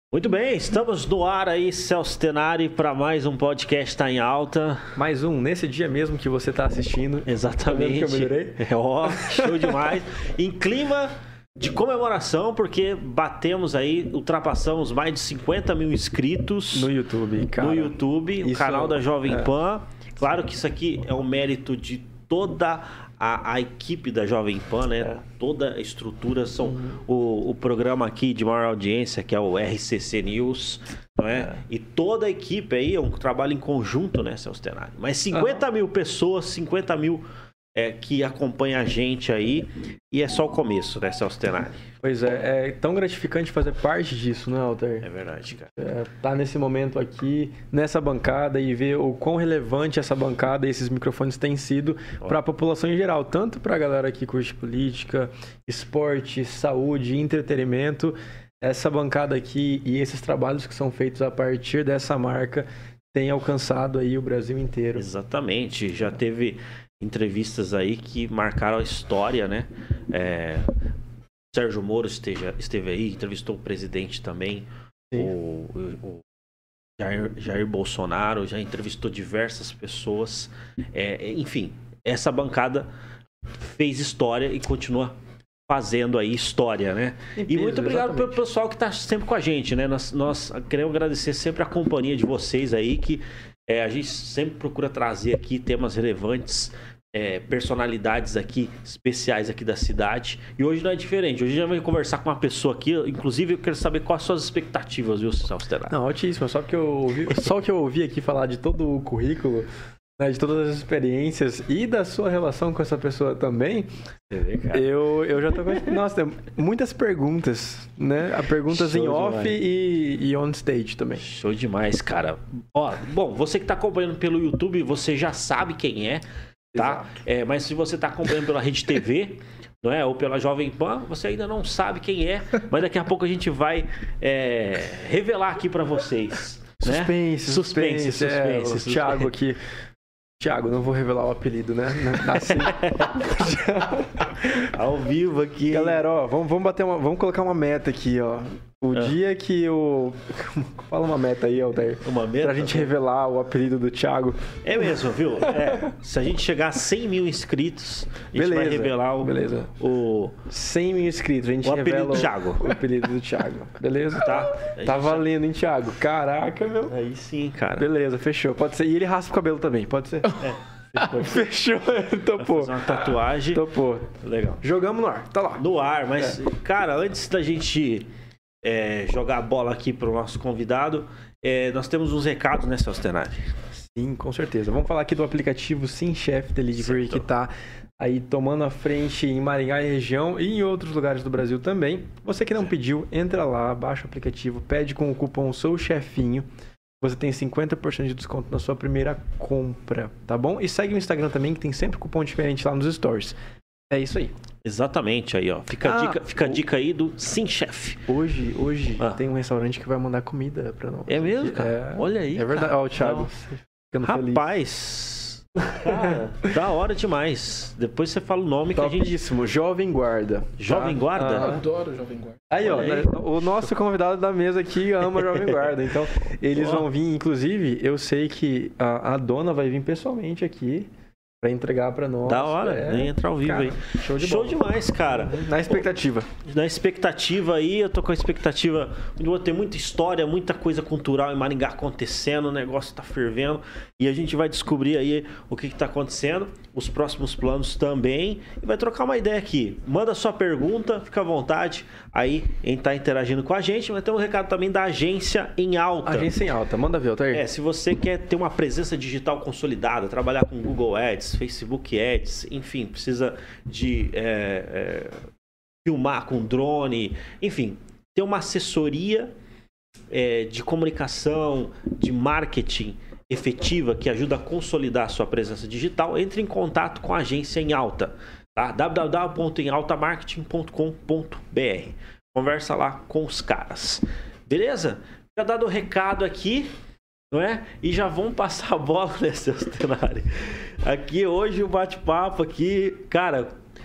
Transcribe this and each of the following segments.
Muito bem, estamos no ar aí, Celso Tenari, para mais um podcast Tá em Alta. Mais um, nesse dia mesmo que você está assistindo. Exatamente. Tá vendo que eu melhorei? Ó, show demais. Em clima de comemoração, porque batemos aí, ultrapassamos mais de 50 mil inscritos no YouTube, cara. No YouTube, o canal da Jovem Pan. Claro que isso aqui é um mérito de toda a equipe da Jovem Pan, né? Toda a estrutura, são o programa aqui de maior audiência, que é o RCC News, não é? E toda a equipe aí, é um trabalho em conjunto, né, Celso Tenari? Mas 50 mil pessoas, 50 mil que acompanham a gente aí, e é só o começo, né, Celso Tenari? Pois é tão gratificante fazer parte disso, né, Alter? É verdade, cara. Tá nesse momento aqui, nessa bancada, e ver o quão relevante essa bancada e esses microfones têm sido para a população em geral, tanto para a galera que curte política, esporte, saúde, entretenimento. Essa bancada aqui e esses trabalhos que são feitos a partir dessa marca têm alcançado aí o Brasil inteiro. Exatamente, já teve entrevistas aí que marcaram a história, né? Sérgio Moro esteve aí, entrevistou o presidente também, o Jair Bolsonaro, já entrevistou diversas pessoas. Enfim, essa bancada fez história e continua fazendo aí história, né? E muito obrigado pelo pessoal que está sempre com a gente, né? Nós queremos agradecer sempre a companhia de vocês aí, que a gente sempre procura trazer aqui temas relevantes, personalidades aqui especiais aqui da cidade. E hoje não é diferente. Hoje a gente vai conversar com uma pessoa aqui. Inclusive, eu quero saber quais são as suas expectativas, viu, Celso Tenari? Não, altíssimo. Só o que eu ouvi aqui falar de todo o currículo, né, de todas as experiências e da sua relação com essa pessoa também, você vê, cara? Eu já tô com... Nossa, tem muitas perguntas, né? Perguntas em off e on stage também. Show demais, cara. Ó, bom, você que tá acompanhando pelo YouTube, você já sabe quem é, tá? Mas se você tá acompanhando pela Rede TV, não é? Ou pela Jovem Pan, você ainda não sabe quem é, mas daqui a pouco a gente vai revelar aqui pra vocês. Suspense. O Thiago aqui. Thiago, não vou revelar o apelido, né? Assim. Ao vivo aqui. Galera, ó, vamos colocar uma meta aqui, ó. O dia que o... Fala uma meta aí, Altair. Uma meta? Pra gente revelar o apelido do Thiago. É mesmo, viu? Se a gente chegar a 100 mil inscritos, a gente vai revelar o 100 mil inscritos, a gente revela apelido do Thiago. O apelido do Thiago. Beleza? Tá valendo, hein, Thiago? Caraca, meu. Aí sim, cara. Beleza, fechou. Pode ser. E ele raspa o cabelo também, pode ser? Fechou, topou. Fazer uma tatuagem. Topou. Legal. Jogamos no ar, tá lá. No ar, mas, cara, antes da gente jogar a bola aqui pro nosso convidado, nós temos uns recados, né, Celso Tenari? Sim, com certeza. Vamos falar aqui do aplicativo Sim Chef Delivery, que tá aí tomando a frente em Maringá e região e em outros lugares do Brasil também. Você que não pediu, entra lá, baixa o aplicativo, pede com o cupom SOUCHEFINHO. Você tem 50% de desconto na sua primeira compra, tá bom? E segue o Instagram também, que tem sempre cupom diferente lá nos stories. É isso aí. Exatamente, aí, ó. Fica a dica aí do Sim Chef. Hoje tem um restaurante que vai mandar comida pra nós. É mesmo, cara? Olha aí, é verdade. Ó, o Thiago. Rapaz, cara, da hora demais. Depois você fala o nome que a gente... Topíssimo, Jovem Guarda. Jovem Guarda? Eu adoro Jovem Guarda. Aí, ó, o nosso convidado da mesa aqui ama Jovem Guarda. Então, eles vão vir, inclusive, eu sei que a dona vai vir pessoalmente aqui pra entregar pra nós. Da hora, nem entrar ao vivo, cara, aí. Show demais, cara. Na expectativa. Na expectativa aí, eu tô com a expectativa de vou ter muita história, muita coisa cultural em Maringá acontecendo, o negócio tá fervendo e a gente vai descobrir aí o que tá acontecendo, os próximos planos também e vai trocar uma ideia aqui. Manda sua pergunta, fica à vontade aí em estar interagindo com a gente, mas tem um recado também da Agência em Alta. Agência em Alta, manda ver, Altair. Se você quer ter uma presença digital consolidada, trabalhar com Google Ads, Facebook Ads, enfim, precisa de filmar com drone, enfim, ter uma assessoria de comunicação, de marketing efetiva que ajuda a consolidar a sua presença digital, entre em contato com a Agência em Alta, tá? www.emaltamarketing.com.br. Conversa lá com os caras. Beleza? Já dado o recado aqui, não é? E já vamos passar a bola, né, Celso Tenari? Aqui hoje o bate-papo aqui, cara,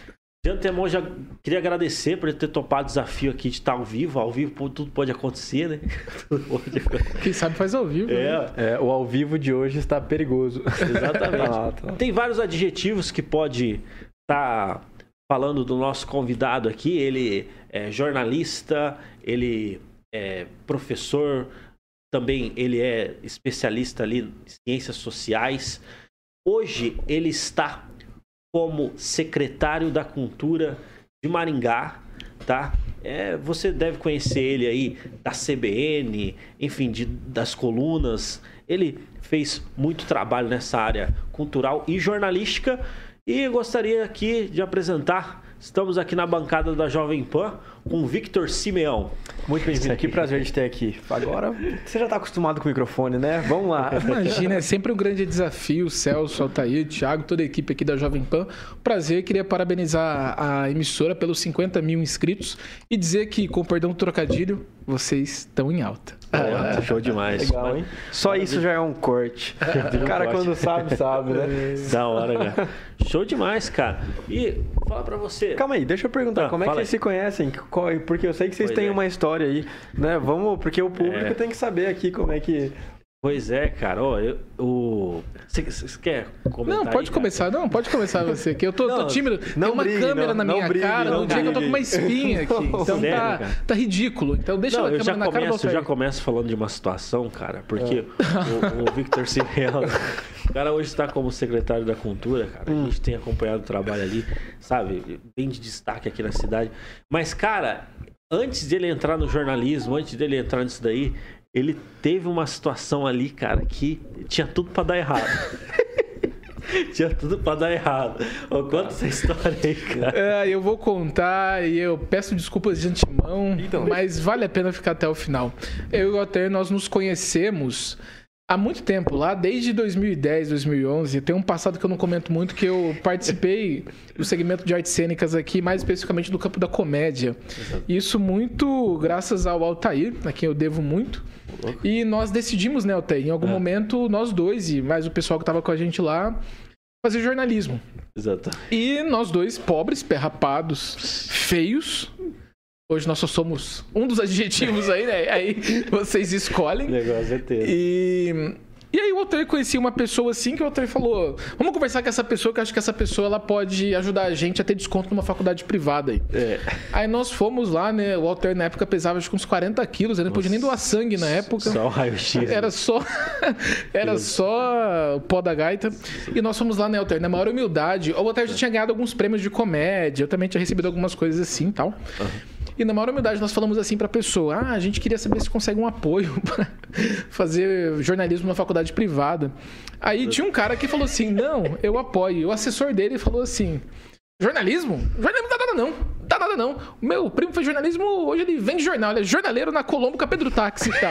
De antemão, já queria agradecer por ter topado o desafio aqui de estar ao vivo. Ao vivo tudo pode acontecer, né? Quem sabe faz ao vivo. Né? O ao vivo de hoje está perigoso. Exatamente. Tá. Tem vários adjetivos que pode estar falando do nosso convidado aqui. Ele é jornalista, ele é professor, também ele é especialista ali em ciências sociais. Hoje ele está como secretário da Cultura de Maringá, tá? Você deve conhecer ele aí da CBN, enfim, das colunas. Ele fez muito trabalho nessa área cultural e jornalística. E eu gostaria aqui de apresentar, estamos aqui na bancada da Jovem Pan, com o Victor Simeão. Muito bem-vindo. Que prazer de ter aqui. Agora, você já está acostumado com o microfone, né? Vamos lá. Imagina, é sempre um grande desafio. Celso, Altair, Thiago, toda a equipe aqui da Jovem Pan. Prazer, queria parabenizar a emissora pelos 50 mil inscritos e dizer que, com perdão do trocadilho, vocês estão em alta. Show demais. Legal, hein? Só isso já é um corte. O cara quando sabe, né? Da hora, cara. Show demais, cara. E fala pra você. Calma aí, deixa eu perguntar, como é que vocês se conhecem? Porque eu sei que vocês têm uma história aí, né? Porque o público tem que saber aqui como é que... Pois é, cara. Você quer comentar? Não, pode começar. Não, pode começar você. Que eu tô tímido. Tem uma câmera na minha cara no dia que eu tô com uma espinha aqui. Então sério, tá ridículo. Então deixa a câmera na cara do Altair. Eu já começo falando de uma situação, cara. Porque o Victor Simeão, o cara hoje está como secretário da Cultura, cara. A gente tem acompanhado o trabalho ali, sabe? Bem de destaque aqui na cidade. Mas, cara, antes dele entrar no jornalismo, antes dele entrar nisso daí, ele teve uma situação ali, cara, que tinha tudo pra dar errado. Tinha tudo pra dar errado. Conta essa história aí, cara. Eu vou contar e eu peço desculpas de antemão, mas vale a pena ficar até o final. Eu e o Altair, nós nos conhecemos há muito tempo, lá desde 2010, 2011. Tem um passado que eu não comento muito, que eu participei do segmento de artes cênicas aqui, mais especificamente do campo da comédia. Exato. Isso muito graças ao Altair, a quem eu devo muito. E nós decidimos, né, Altair, em algum momento, nós dois e mais o pessoal que estava com a gente lá, fazer jornalismo. Exato. E nós dois, pobres, perrapados, feios. Hoje nós só somos um dos adjetivos aí, né? Aí vocês escolhem. Legal, certeza. E aí o Altair conhecia uma pessoa assim que o Altair falou, vamos conversar com essa pessoa, que eu acho que essa pessoa ela pode ajudar a gente a ter desconto numa faculdade privada aí. Aí nós fomos lá, né? O Altair na época pesava acho que uns 40 quilos, ele não podia nem doar sangue na época. Só o raio-x. Era só o pó da gaita. E nós fomos lá, né, Altair? Na maior humildade. O Altair já tinha ganhado alguns prêmios de comédia, eu também tinha recebido algumas coisas assim e tal. E na maior humildade nós falamos assim pra pessoa, a gente queria saber se consegue um apoio pra fazer jornalismo na faculdade privada. Aí tinha um cara que falou assim, não, eu apoio. E o assessor dele falou assim, jornalismo? Jornalismo não dá nada não. Dá nada não. O meu primo fez jornalismo, hoje ele vende jornal, ele é jornaleiro na Colombo com a Pedro Táxi e tal.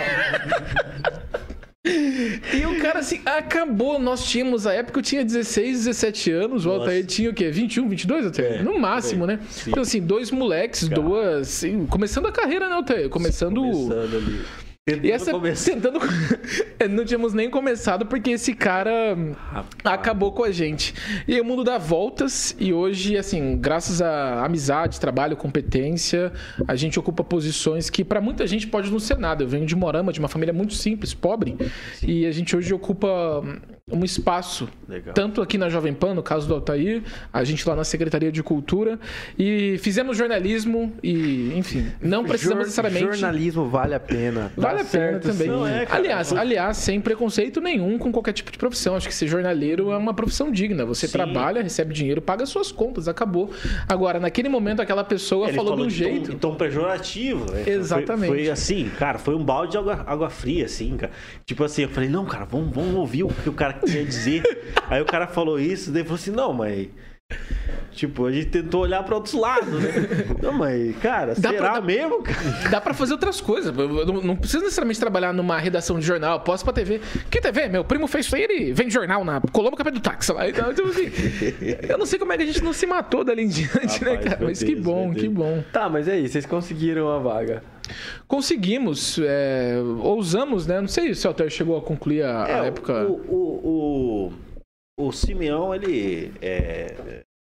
E o cara assim, acabou. Nós tínhamos, a época eu tinha 16, 17 anos. O Altair tinha o quê? 21, 22, Altair? No máximo, né? Sim. Então assim, dois moleques, duas... Assim, começando a carreira, né, Altair? Começando ali. Tentando... Não tínhamos nem começado porque esse cara acabou com a gente. E aí o mundo dá voltas e hoje, assim, graças a amizade, trabalho, competência, a gente ocupa posições que pra muita gente pode não ser nada. Eu venho de Moarama, de uma família muito simples, pobre, e a gente hoje ocupa um espaço, tanto aqui na Jovem Pan, no caso do Altair, a gente lá na Secretaria de Cultura, e fizemos jornalismo e, enfim, não precisamos necessariamente... Jornalismo vale a pena. Vale a pena também. Aliás, sem preconceito nenhum com qualquer tipo de profissão. Acho que ser jornaleiro é uma profissão digna. Você trabalha, recebe dinheiro, paga suas contas, acabou. Agora, naquele momento, aquela pessoa falou de um jeito... Em tom pejorativo. Né? Exatamente. Foi assim, cara, foi um balde de água fria, assim, cara. Tipo assim, eu falei, não, cara, vamos ouvir o que o cara queria dizer. Aí o cara falou isso, daí falou assim, não, mas... Tipo, a gente tentou olhar para outros lados, né? Não, mas, cara, será mesmo, cara? Dá pra fazer outras coisas. Não precisa necessariamente trabalhar numa redação de jornal. Posso pra TV. Que TV? Meu primo fez isso aí, ele vende jornal na Colombo Capé do Táxi lá. Então, assim, eu não sei como é que a gente não se matou dali em diante, né, cara? Mas que bom, que bom. Tá, mas é isso. Vocês conseguiram a vaga. Conseguimos. Ousamos, né? Não sei se o Altair chegou a concluir a época... O Simeão, ele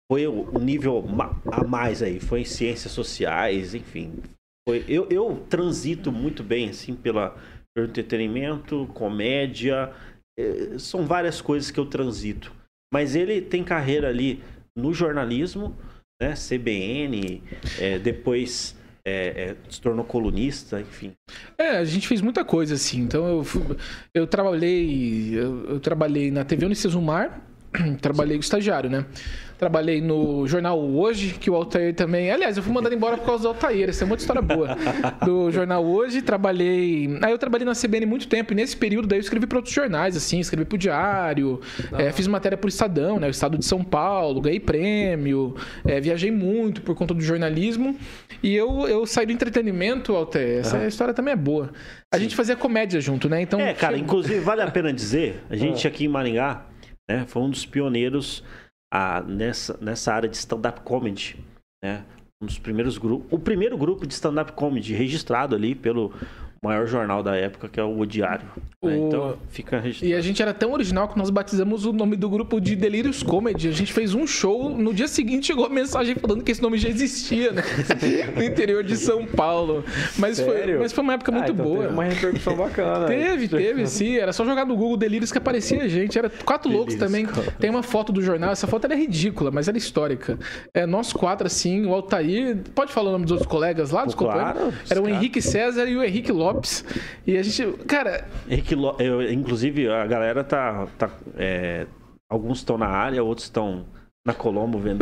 foi o nível a mais aí. Foi em ciências sociais, enfim. Eu transito muito bem, assim, pelo entretenimento, comédia. São várias coisas que eu transito. Mas ele tem carreira ali no jornalismo, né? CBN, depois se tornou colunista, enfim. A gente fez muita coisa, assim. Então, eu trabalhei na TV Unicesumar, trabalhei estagiário, né? Trabalhei no jornal Hoje, que o Altair também... Aliás, eu fui mandado embora por causa do Altair. Essa é uma outra história boa. Do jornal Hoje, trabalhei... Aí eu trabalhei na CBN muito tempo. E nesse período, daí eu escrevi para outros jornais, assim. Escrevi pro Diário. Fiz matéria pro Estadão, né? O Estado de São Paulo. Ganhei prêmio. Viajei muito por conta do jornalismo. E eu saí do entretenimento, Altair. Essa história também é boa. A gente fazia comédia junto, né? Então, cara, inclusive, vale a pena dizer... A gente aqui em Maringá, né? Foi um dos pioneiros... nessa área de stand-up comedy, né? Um dos primeiros grupos, o primeiro grupo de stand-up comedy registrado ali pelo maior jornal da época, que é o Diário. Né? Então, fica registrado. E a gente era tão original que nós batizamos o nome do grupo de Delírios Comedy. A gente fez um show, no dia seguinte chegou a mensagem falando que esse nome já existia, né? No interior de São Paulo. Mas foi uma época muito boa. Teve uma repercussão bacana. Teve sim. Era só jogar no Google Delírios que aparecia a gente. Era 4 loucos também. Tem uma foto do jornal. Essa foto é ridícula, mas ela é histórica. Nós 4, assim, o Altair... Pode falar o nome dos outros colegas lá? Desculpa. Claro. Era o Henrique César e o Henrique Lopes. E a gente... Cara... Inclusive, a galera tá alguns estão na área, outros estão na Colombo vendo.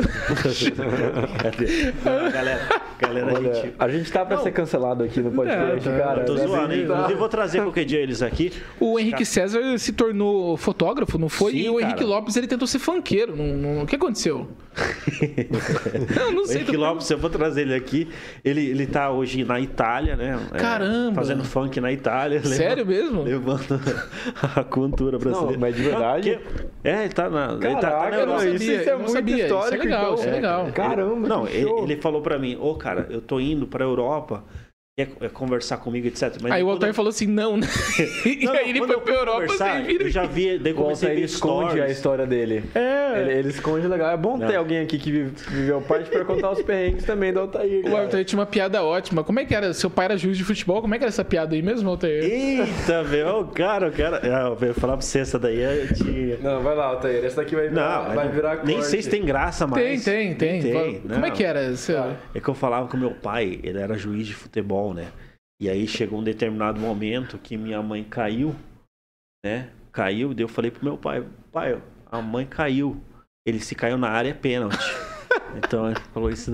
Olha, a gente tá pra ser cancelado aqui no podcast, cara. Eu tô zoando, inclusive vou trazer qualquer dia eles aqui. O Henrique César se tornou fotógrafo, não foi? Sim, e o Henrique Lopes, ele tentou ser funkeiro. O que aconteceu? Não sei. O Henrique Lopes, eu vou trazer ele aqui. Ele tá hoje na Itália, né? Caramba! Fazendo funk na Itália. Sério mesmo? Levando a cultura brasileira. Não, mas de verdade... ele tá na... Caraca, ele tá na Europa. isso é muito histórico. Isso é legal. Caramba, não, ele falou pra mim, cara, eu tô indo pra Europa, quer conversar comigo, etc. Mas aí o Altair falou assim, não, né? E aí ele foi pra Europa sem vir. Eu já vi, daí comecei a ver esconde a história dele. Ele esconde legal. É bom ter alguém aqui que viveu parte pra contar os perrengues também do Altair. O Altair tinha uma piada ótima. Como é que era? Seu pai era juiz de futebol? Como é que era essa piada aí mesmo, Altair? Eita, velho, cara. Eu vou falar pra você, essa daí é de... Não, vai lá, Altair. Essa daqui vai virar corte. Nem sei se tem graça mais. Tem. Como é que era? É que eu falava com meu pai, ele era juiz de futebol, né? E aí chegou um determinado momento que minha mãe caiu, né? Daí eu falei pro meu pai, a mãe caiu. Ele se caiu na área, é pênalti. Então ele falou isso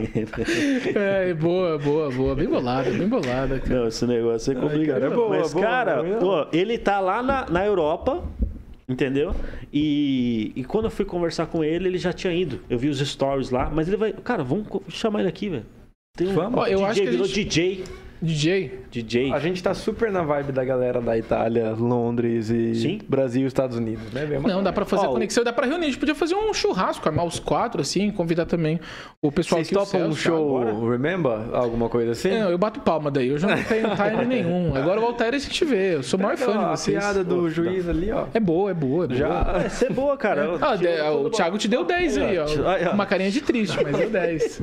daí. Boa. Bem bolada, cara. Não, esse negócio é complicado. Cara, é boa, mas, cara, ele tá lá na Europa, entendeu? E quando eu fui conversar com ele, ele já tinha ido. Eu vi os stories lá, mas ele vai... Cara, vamos chamar ele aqui, velho. Tem um eu acho que virou DJ. DJ. A gente tá super na vibe da galera da Itália, Londres e Brasil e Estados Unidos, né? Não, dá pra fazer a conexão, dá pra reunir. A gente podia fazer um churrasco, armar os 4, assim, convidar também o pessoal aqui. Vocês topam um show, Remember? Alguma coisa assim? Não, eu bato palma daí, eu já não tenho time nenhum. Agora o Altair a gente vê, eu sou o maior fã de vocês. A piada do juiz ali, ó. É boa. Vai ser boa, cara. O Thiago te deu 10 aí, ó. Uma carinha de triste, mas deu 10.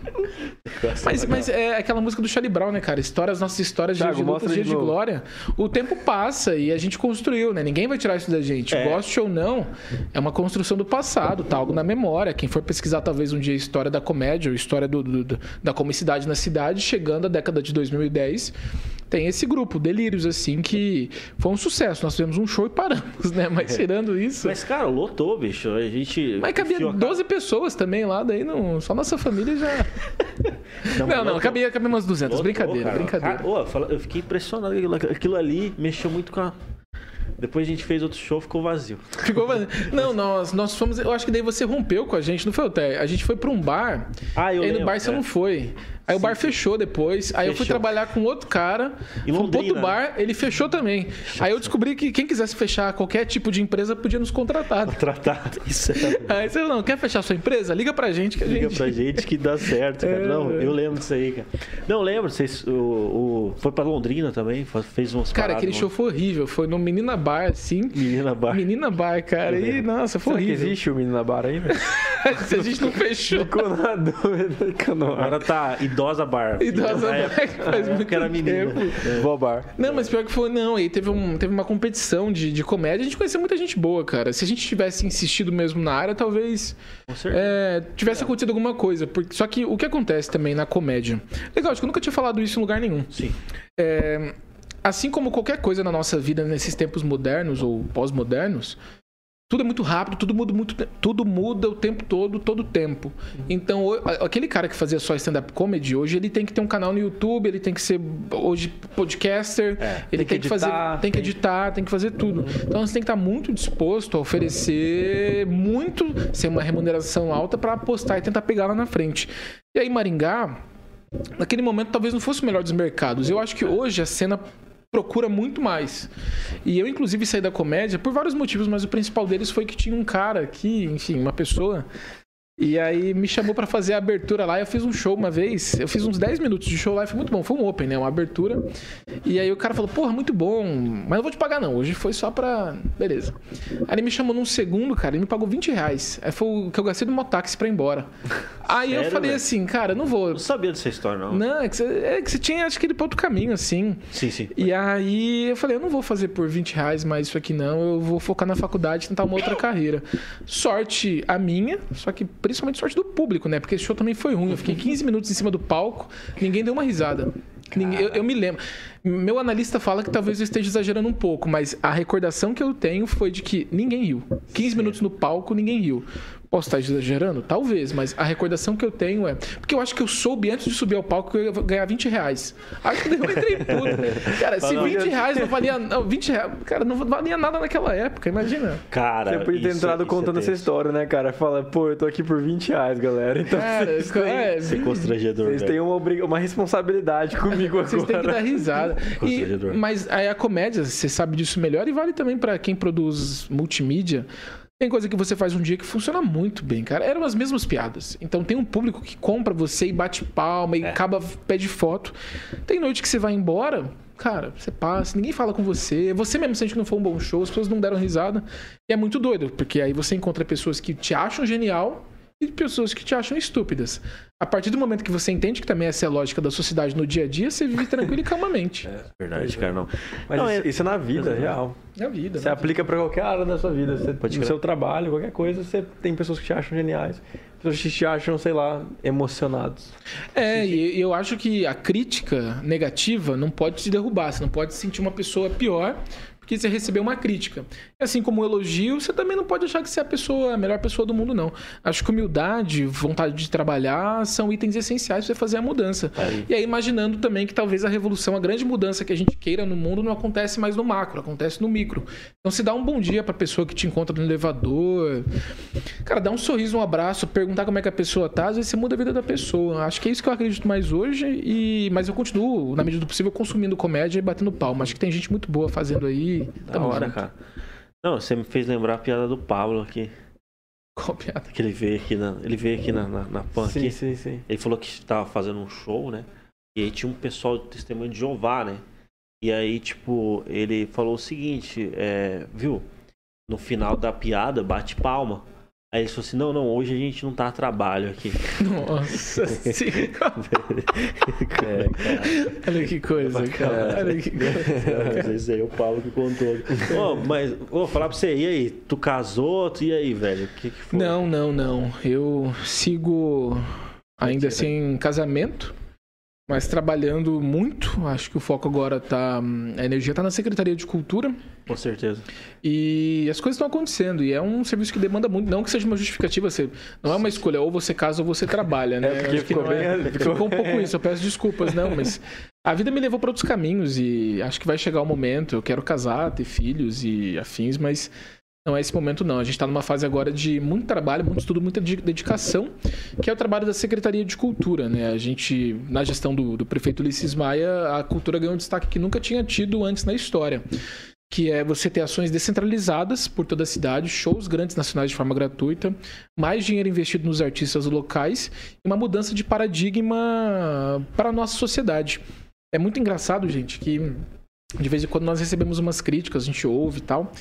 Mas é aquela música do Charlie Brown, né, cara? As nossas histórias Thiago, de lutas, dias de glória. O tempo passa e a gente construiu, né? Ninguém vai tirar isso da gente. Goste ou não, é uma construção do passado, tá algo na memória. Quem for pesquisar talvez um dia a história da comédia, ou história da comicidade na cidade, chegando à década de 2010, tem esse grupo, Delírios, assim, que foi um sucesso. Nós fizemos um show e paramos, né? Mas tirando isso... Mas, cara, lotou, bicho. A gente... Mas cabia 12 pessoas também lá, daí não... Só nossa família já... Não, cabia umas 200. Lotou, brincadeira. Eu fiquei impressionado. Aquilo ali mexeu muito com a... Depois a gente fez outro show, ficou vazio. Não, nós fomos... Eu acho que daí você rompeu com a gente, não foi, Altair? A gente foi pra um bar. Eu lembro, no bar você não foi. Aí o bar fechou depois. Aí eu fui trabalhar com outro cara. Fomos pro outro bar, ele fechou também. Aí eu descobri que quem quisesse fechar qualquer tipo de empresa podia nos contratar. Isso Aí você não quer fechar sua empresa? Liga pra gente que Liga pra gente que dá certo, cara. Não, eu lembro disso aí, cara. Não, lembro. Vocês, foi pra Londrina também, fez uns Cara, aquele show foi horrível. Foi no Menina Bar, assim. Menina Bar, cara. E, nossa, foi horrível. Será que existe o Menina Bar ainda? Se a gente não fechou. Ficou na dúvida. Agora tá idosa bar. Idosa bar, faz muito que era menina. Vó bar. Não, mas pior que foi, não. Aí teve uma competição de comédia. A gente conheceu muita gente boa, cara. Se a gente tivesse insistido mesmo na área, talvez tivesse acontecido alguma coisa. Só que o que acontece também na comédia... Legal, acho que eu nunca tinha falado isso em lugar nenhum. Sim. Assim como qualquer coisa na nossa vida nesses tempos modernos ou pós-modernos, tudo é muito rápido, tudo muda o tempo todo o tempo. Então, aquele cara que fazia só stand-up comedy, hoje ele tem que ter um canal no YouTube, ele tem que ser hoje podcaster, ele tem que editar, tem que fazer tudo. Então, você tem que estar muito disposto a oferecer muito, sem uma remuneração alta, para apostar e tentar pegar lá na frente. E aí, Maringá, naquele momento, talvez não fosse o melhor dos mercados. Eu acho que hoje a cena procura muito mais. E eu, inclusive, saí da comédia por vários motivos, mas o principal deles foi que tinha um cara aqui, enfim, uma pessoa... E aí me chamou pra fazer a abertura lá. Eu fiz um show uma vez. Eu fiz uns 10 minutos de show lá e foi muito bom. Foi um open, né? Uma abertura. E aí o cara falou, porra, muito bom. Mas não vou te pagar, não. Hoje foi só pra... Beleza. Aí ele me chamou num segundo, cara. Ele me pagou R$20. Aí foi o que eu gastei do mototáxi pra ir embora. Aí sério, eu falei assim, cara, não vou... Não sabia dessa história, não. Não, é que você tinha, acho que ele pra outro caminho, assim. Sim. E aí eu falei, eu não vou fazer por R$20 mais isso aqui, não. Eu vou focar na faculdade e tentar uma outra carreira. Sorte a minha, só que principalmente sorte do público, né? Porque esse show também foi ruim. Eu fiquei 15 minutos em cima do palco, ninguém deu uma risada. Eu me lembro. Meu analista fala que talvez eu esteja exagerando um pouco, mas a recordação que eu tenho foi de que ninguém riu. 15 minutos no palco, ninguém riu. Posso estar exagerando? Talvez, mas a recordação que eu tenho é... Porque eu acho que eu soube, antes de subir ao palco, que eu ia ganhar R$20. Acho que eu entrei em tudo. Cara, se R$20 não valia... Não, R$20, cara, não valia nada naquela época, imagina. Cara, você podia ter entrado contando essa história, né, cara? Fala, pô, eu tô aqui por R$20, galera. Então, cara, isso é constrangedor. Vocês têm uma responsabilidade comigo agora. Vocês têm que dar risada. Mas aí a comédia, você sabe disso melhor e vale também pra quem produz multimídia. Tem coisa que você faz um dia que funciona muito bem, cara. Eram as mesmas piadas. Então tem um público que compra você e bate palma e pede foto. Tem noite que você vai embora, cara, você passa, ninguém fala com você. Você mesmo sente que não foi um bom show, as pessoas não deram risada. E é muito doido, porque aí você encontra pessoas que te acham genial e pessoas que te acham estúpidas. A partir do momento que você entende que também essa é a lógica da sociedade no dia a dia, você vive tranquilo e calmamente. É verdade, cara, não. Mas não, isso é na vida, real. Na vida. Você aplica pra qualquer área da sua vida. No seu trabalho, qualquer coisa, você tem pessoas que te acham geniais. Pessoas que te acham, sei lá, emocionados. E eu acho que a crítica negativa não pode te derrubar. Você não pode se sentir uma pessoa pior porque você recebeu uma crítica. Assim como um elogio, você também não pode achar que você é a melhor pessoa do mundo, não. Acho que humildade, vontade de trabalhar são itens essenciais para você fazer a mudança. E aí imaginando também que talvez a revolução, a grande mudança que a gente queira no mundo não acontece mais no macro, acontece no micro. Então se dá um bom dia para a pessoa que te encontra no elevador, cara, dá um sorriso, um abraço, perguntar como é que a pessoa tá, às vezes você muda a vida da pessoa. Acho que é isso que eu acredito mais hoje, mas eu continuo, na medida do possível, consumindo comédia e batendo palma. Acho que tem gente muito boa fazendo aí. Da hora, cara. Não, você me fez lembrar a piada do Pablo aqui. Qual piada? Que ele veio aqui na PAN aqui. Sim. Ele falou que estava fazendo um show, né? E aí tinha um pessoal do Testemunho de Jeová, né? E aí, tipo, ele falou o seguinte, viu? No final da piada, bate palma. Aí ele falou assim, não, hoje a gente não tá a trabalho aqui. Nossa senhora. Olha que coisa, cara. Olha que coisa. Esse aí é o Paulo que contou. Mas vou falar pra você, e aí? Tu casou? E aí, velho? O que foi? Não. Eu sigo ainda assim em casamento, mas trabalhando muito. Acho que o foco agora a energia tá na Secretaria de Cultura. Com certeza. E as coisas estão acontecendo. E é um serviço que demanda muito. Não que seja uma justificativa. Não é uma escolha. Ou você casa ou você trabalha, né? Porque ficou um pouco isso. Eu peço desculpas, não. Mas a vida me levou para outros caminhos. E acho que vai chegar o momento. Eu quero casar, ter filhos e afins. Mas não é esse momento, não. A gente está numa fase agora de muito trabalho, muito estudo, muita dedicação. Que é o trabalho da Secretaria de Cultura, né? A gente, na gestão do prefeito Ulisses Maia, a cultura ganhou um destaque que nunca tinha tido antes na história. Que é você ter ações descentralizadas por toda a cidade, shows grandes nacionais de forma gratuita, mais dinheiro investido nos artistas locais e uma mudança de paradigma para a nossa sociedade. É muito engraçado, gente, que de vez em quando nós recebemos umas críticas, a gente ouve e tal,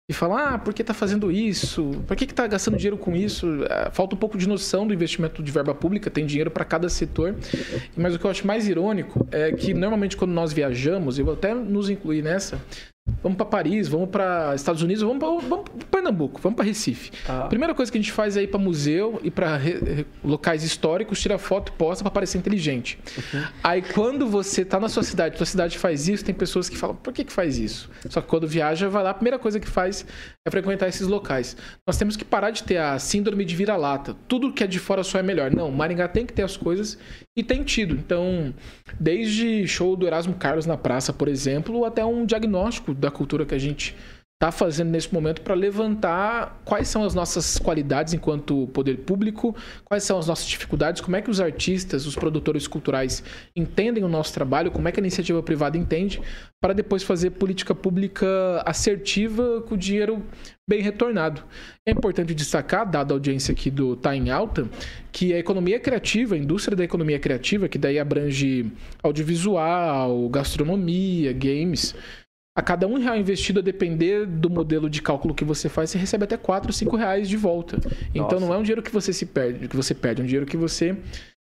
e fala, por que tá fazendo isso? Por que tá gastando dinheiro com isso? Falta um pouco de noção do investimento de verba pública, tem dinheiro para cada setor. Mas o que eu acho mais irônico é que normalmente quando nós viajamos, eu vou até nos incluir nessa, vamos para Paris, vamos para Estados Unidos, vamos para Pernambuco, vamos para Recife. A primeira coisa que a gente faz é ir para museu e para locais históricos, tira foto e posta para parecer inteligente. Aí quando você tá na sua cidade faz isso, tem pessoas que falam, por que faz isso? Só que quando viaja, vai lá, a primeira coisa que faz é frequentar esses locais. Nós temos que parar de ter a síndrome de vira-lata. Tudo que é de fora só é melhor. Não, Maringá tem que ter as coisas e tem tido. Então, desde show do Erasmo Carlos na praça, por exemplo, até um diagnóstico da cultura que a gente está fazendo nesse momento para levantar quais são as nossas qualidades enquanto poder público, quais são as nossas dificuldades, como é que os artistas, os produtores culturais entendem o nosso trabalho, como é que a iniciativa privada entende, para depois fazer política pública assertiva com o dinheiro bem retornado. É importante destacar, dada a audiência aqui do Tá em Alta, que a economia criativa, a indústria da economia criativa, que daí abrange audiovisual, gastronomia, games, a cada R$1 investido, a depender do modelo de cálculo que você faz, você recebe até R$4, R$5 de volta. Então não é um dinheiro que você perde, é um dinheiro que você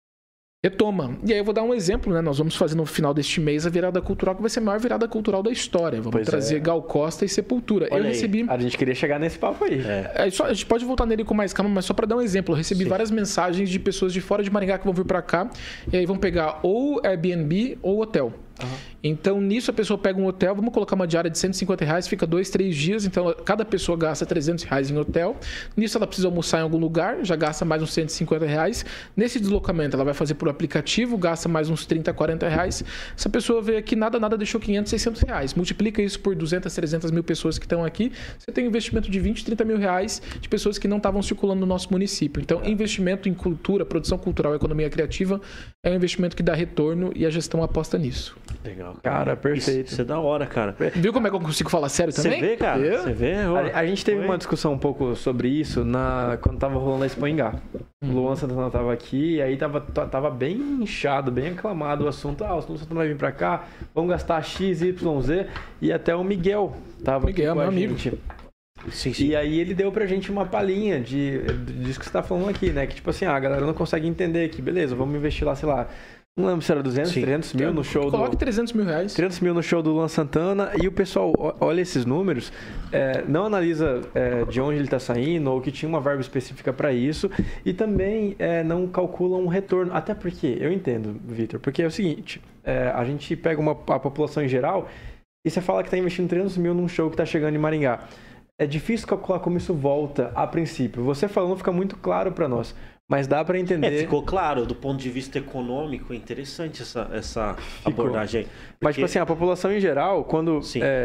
retoma. E aí eu vou dar um exemplo, né? Nós vamos fazer no final deste mês a virada cultural, que vai ser a maior virada cultural da história. Vamos trazer Gal Costa e Sepultura. Olha, eu recebi... A gente queria chegar nesse papo aí. A gente pode voltar nele com mais calma, mas só para dar um exemplo. Eu recebi várias mensagens de pessoas de fora de Maringá que vão vir para cá e aí vão pegar ou Airbnb ou hotel. Então, nisso a pessoa pega um hotel, vamos colocar uma diária de R$150, fica 2, 3 dias, então cada pessoa gasta R$300 em hotel. Nisso ela precisa almoçar em algum lugar, já gasta mais uns R$150. Nesse deslocamento ela vai fazer por aplicativo, gasta mais uns R$30, R$40. Essa pessoa veio aqui, nada, deixou R$500, R$600. Multiplica isso por 200, 300 mil pessoas que estão aqui, você tem um investimento de R$20, R$30 mil de pessoas que não estavam circulando no nosso município. Então, investimento em cultura, produção cultural e economia criativa é um investimento que dá retorno e a gestão aposta nisso. Legal, cara, perfeito. Isso é da hora, cara. Viu como é que eu consigo falar sério também? Você vê, cara? Você vê? A gente teve uma discussão um pouco sobre isso quando tava rolando a Expo Engá. O Luan Santana tava aqui e aí tava bem inchado, bem aclamado o assunto. O Luan Santana vai vir pra cá, vamos gastar X, Y, Z. E até o Miguel tava aqui com meu a amigo. gente. Sim. E aí ele deu pra gente uma palhinha disso que você tá falando aqui, né? Que tipo assim, a galera não consegue entender que, beleza, vamos investir lá, sei lá, não lembro se era 200, 300 mil no show Coloque R$300 mil. 300 mil no show do Luan Santana e o pessoal olha esses números, não analisa de onde ele está saindo ou que tinha uma verba específica para isso e também não calcula um retorno. Até porque, eu entendo, Vitor, porque é o seguinte, a gente pega a população em geral e você fala que está investindo 300 mil num show que está chegando em Maringá. É difícil calcular como isso volta a princípio. Você falando fica muito claro para nós. Mas dá para entender... ficou claro, do ponto de vista econômico, é interessante essa abordagem aí. Porque... Mas, tipo assim, a população em geral, quando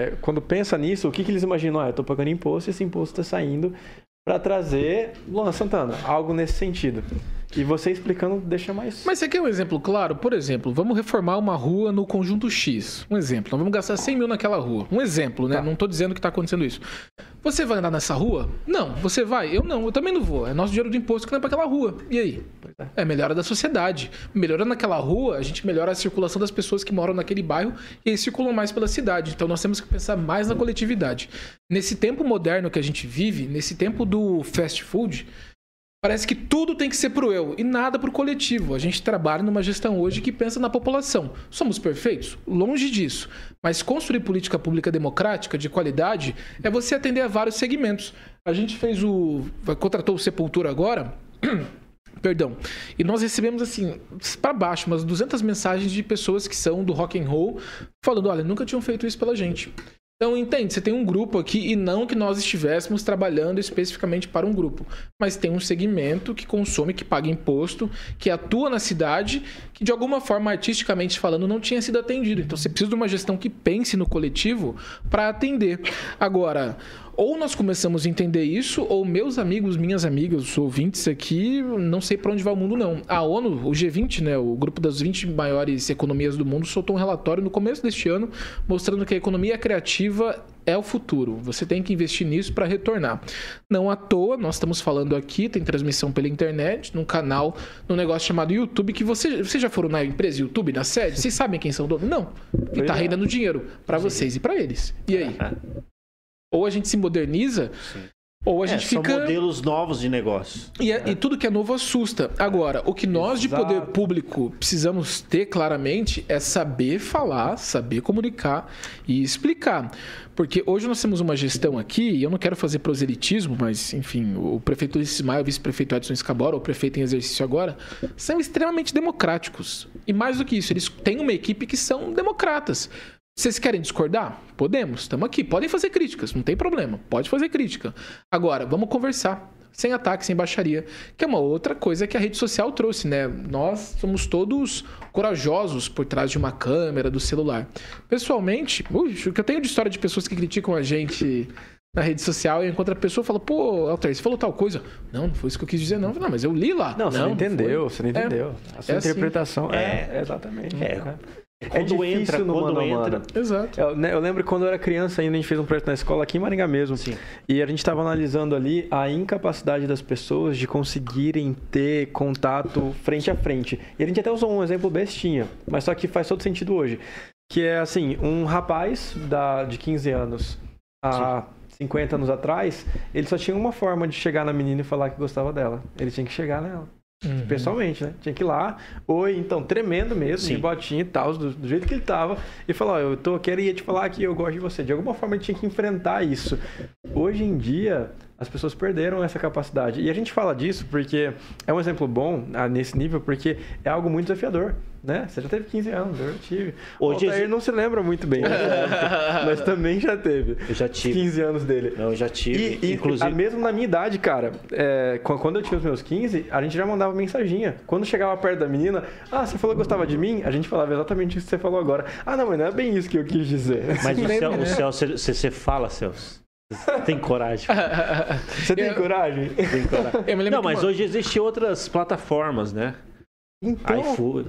pensa nisso, o que eles imaginam? Eu tô pagando imposto e esse imposto está saindo para trazer Luan Santana, algo nesse sentido. E você explicando deixa mais... Mas você quer um exemplo claro? Por exemplo, vamos reformar uma rua no conjunto X. Um exemplo, nós vamos gastar 100 mil naquela rua. Um exemplo, né? Tá. Não estou dizendo que está acontecendo isso. Você vai andar nessa rua? Não. Você vai? Eu não. Eu também não vou. É nosso dinheiro de imposto que não é para aquela rua. E aí? É melhora da sociedade. Melhorando aquela rua, a gente melhora a circulação das pessoas que moram naquele bairro e eles circulam mais pela cidade. Então nós temos que pensar mais na coletividade. Nesse tempo moderno que a gente vive, nesse tempo do fast food... Parece que tudo tem que ser pro eu e nada pro coletivo. A gente trabalha numa gestão hoje que pensa na população. Somos perfeitos? Longe disso. Mas construir política pública democrática, de qualidade, é você atender a vários segmentos. A gente contratou o Sepultura agora... Perdão. E nós recebemos, assim, para baixo, umas 200 mensagens de pessoas que são do rock and roll, falando, olha, nunca tinham feito isso pela gente. Então, entende, você tem um grupo aqui e não que nós estivéssemos trabalhando especificamente para um grupo, mas tem um segmento que consome, que paga imposto, que atua na cidade, que de alguma forma, artisticamente falando, não tinha sido atendido. Então, você precisa de uma gestão que pense no coletivo para atender. Agora, ou nós começamos a entender isso, ou meus amigos, minhas amigas, os ouvintes aqui, não sei para onde vai o mundo, não. A ONU, o G20, né, o grupo das 20 maiores economias do mundo, soltou um relatório no começo deste ano, mostrando que a economia criativa é o futuro. Você tem que investir nisso para retornar. Não à toa, nós estamos falando aqui, tem transmissão pela internet, num canal, num negócio chamado YouTube, que vocês já foram na empresa YouTube, na sede? Vocês sabem quem são donos? Não. E tá rendendo dinheiro para vocês e para eles. E aí? Ou a gente se moderniza, ou a gente são fica... modelos novos de negócio. E tudo que é novo assusta. Agora, o que nós de poder público precisamos ter claramente é saber falar, saber comunicar e explicar. Porque hoje nós temos uma gestão aqui, e eu não quero fazer proselitismo, mas, enfim, o prefeito Ulisses Maia, o vice-prefeito Edson Escabora, o prefeito em exercício agora, são extremamente democráticos. E mais do que isso, eles têm uma equipe que são democratas. Vocês querem discordar? Podemos, estamos aqui. Podem fazer críticas, não tem problema. Pode fazer crítica. Agora, vamos conversar. Sem ataque, sem baixaria. Que é uma outra coisa que a rede social trouxe, né? Nós somos todos corajosos por trás de uma câmera, do celular. Pessoalmente, o que eu tenho de história de pessoas que criticam a gente na rede social, e enquanto a pessoa fala, pô, Altair, você falou tal coisa. Não foi isso que eu quis dizer, não. Não, mas eu li lá. Não, você não entendeu, você não entendeu. A sua interpretação assim. Exatamente. Quando entra. Exato. Eu lembro quando eu era criança ainda, a gente fez um projeto na escola aqui em Maringá mesmo. Sim. E a gente estava analisando ali a incapacidade das pessoas de conseguirem ter contato frente a frente. E a gente até usou um exemplo bestinha, mas só que faz todo sentido hoje. Que é assim, um rapaz de 15 anos há 50 anos atrás, ele só tinha uma forma de chegar na menina e falar que gostava dela. Ele tinha que chegar nela. Pessoalmente, né? Tinha que ir lá, então, tremendo mesmo, de botinha e tal, do jeito que ele tava, e falar, queria te falar que eu gosto de você. De alguma forma ele tinha que enfrentar isso. Hoje em dia, as pessoas perderam essa capacidade. E a gente fala disso porque é um exemplo bom nesse nível, porque é algo muito desafiador, né? Você já teve 15 anos, eu já tive. Hoje ele não se lembra muito bem, mas também já teve. Eu já tive. 15 anos dele. Eu já tive. E inclusive, mesmo na minha idade, cara, quando eu tinha os meus 15, a gente já mandava mensaginha. Quando chegava perto da menina, você falou que gostava de mim? A gente falava exatamente isso que você falou agora. Não, mas não é bem isso que eu quis dizer. Mas o Celso, você fala, Celso. Tem coragem. Você tem coragem? Tem coragem. Não, mas hoje existem outras plataformas, né? Então... iFood.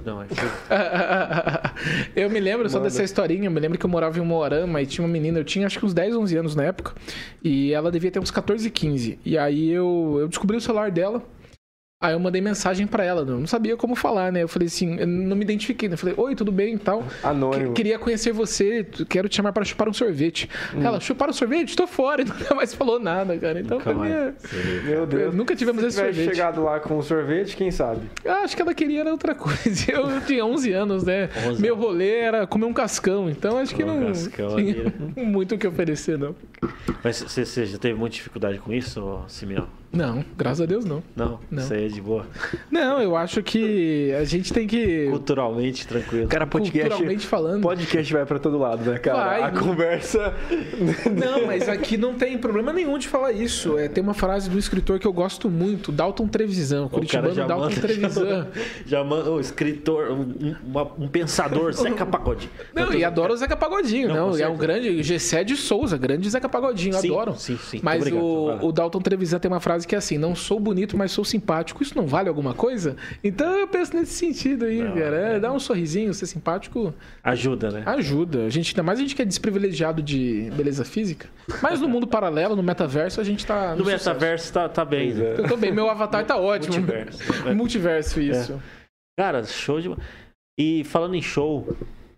Eu me lembro só dessa historinha. Eu me lembro que eu morava em Umuarama e tinha uma menina. Eu tinha acho que uns 10, 11 anos na época. E ela devia ter uns 14, 15. E aí eu descobri o celular dela. Aí eu mandei mensagem pra ela, não sabia como falar, né? Eu falei assim, eu não me identifiquei, né? Eu falei, oi, tudo bem e tal. Anônimo. Queria conhecer você, quero te chamar para chupar um sorvete. Ela, chupar um sorvete? Tô fora. E nunca mais falou nada, cara. Então, pra mim, meu Deus. Nunca tivemos esse sorvete. Se tivesse chegado lá com o sorvete, quem sabe? Acho que ela queria era outra coisa. Eu tinha 11 anos, né? Meu rolê era comer um cascão. Então, acho que não tinha muito o que oferecer, não. Mas você já teve muita dificuldade com isso, Simeão? Não, graças a Deus não. Não, isso aí é de boa. Não, eu acho que a gente tem que... Culturalmente tranquilo. Cara, culturalmente falando. Podcast vai pra todo lado, né, cara? Vai. A conversa... Não, mas aqui não tem problema nenhum de falar isso. Tem uma frase do escritor que eu gosto muito, Dalton Trevisan, curitibano Dalton Trevisan. Já manda o escritor, um pensador, Zeca Pagodinho. Não, e adoro o Zeca Pagodinho, não. É um grande... Gessé de Souza, grande Zeca Pagodinho, adoro. Sim. Mas o Dalton Trevisan tem uma frase que é assim, não sou bonito, mas sou simpático. Isso não vale alguma coisa? Então eu penso nesse sentido aí, cara. Dar um sorrisinho, ser simpático... Ajuda, né? Ajuda. Ainda mais a gente que é desprivilegiado de beleza física. Mas no mundo paralelo, no metaverso, a gente tá... No metaverso tá bem. Eu tô bem, meu avatar tá ótimo. Multiverso. Multiverso, isso. Cara, show de... E falando em show...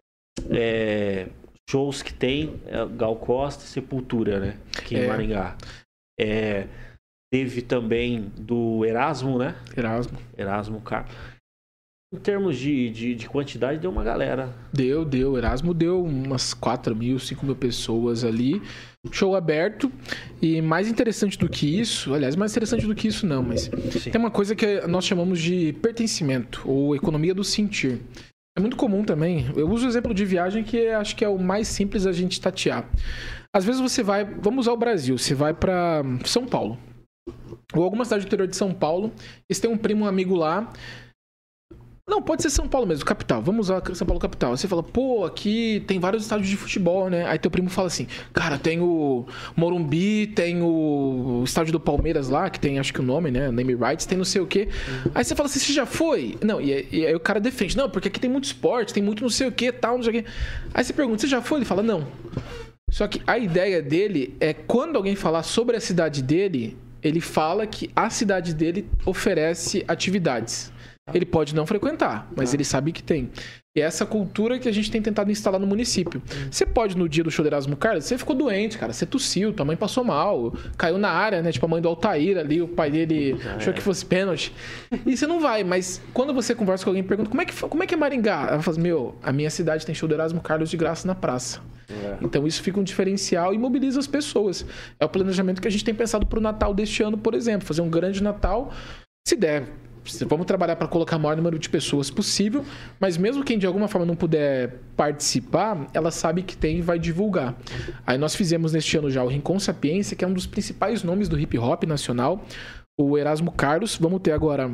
shows que tem Gal Costa e Sepultura, né? Aqui em Maringá. Teve também do Erasmo, né? Erasmo, cara. Em termos de quantidade, deu uma galera. Deu. Erasmo deu umas 4 mil, 5 mil pessoas ali. Show aberto. E mais interessante do que isso... Aliás, mais interessante do que isso não, mas... Sim. Tem uma coisa que nós chamamos de pertencimento, ou economia do sentir. É muito comum também. Eu uso o exemplo de viagem que acho que é o mais simples a gente tatear. Às vezes você vai... Vamos usar o Brasil. Você vai para São Paulo. Ou alguma cidade do interior de São Paulo. E você tem um primo, um amigo lá. Não, pode ser São Paulo mesmo, capital. Vamos usar São Paulo capital. Você fala, pô, aqui tem vários estádios de futebol, né? Aí teu primo fala assim, cara, tem o Morumbi, tem o estádio do Palmeiras lá, que tem, acho que o nome, né? Name Rights, tem não sei o quê. Aí você fala assim, você já foi? Não, e aí o cara defende. Não, porque aqui tem muito esporte, tem muito não sei o quê, tal, não sei o quê. Aí você pergunta, você já foi? Ele fala, não. Só que a ideia dele é, quando alguém falar sobre a cidade dele, ele fala que a cidade dele oferece atividades. Ele pode não frequentar, mas ele sabe que tem. E é essa cultura que a gente tem tentado instalar no município. Você pode, no dia do show do Erasmo Carlos, você ficou doente, cara. Você tossiu, tua mãe passou mal, caiu na área, né? Tipo, a mãe do Altair ali, o pai dele achou que fosse pênalti. E você não vai, mas quando você conversa com alguém e pergunta como é que é Maringá? Ela fala, a minha cidade tem show do Erasmo Carlos de graça na praça. Então isso fica um diferencial e mobiliza as pessoas. É o planejamento que a gente tem pensado pro Natal deste ano, por exemplo. Fazer um grande Natal, se der. Vamos trabalhar para colocar o maior número de pessoas possível, mas mesmo quem de alguma forma não puder participar, ela sabe que tem e vai divulgar. Aí nós fizemos neste ano já o Rincon Sapiência, que é um dos principais nomes do hip hop nacional, o Erasmo Carlos. Vamos ter agora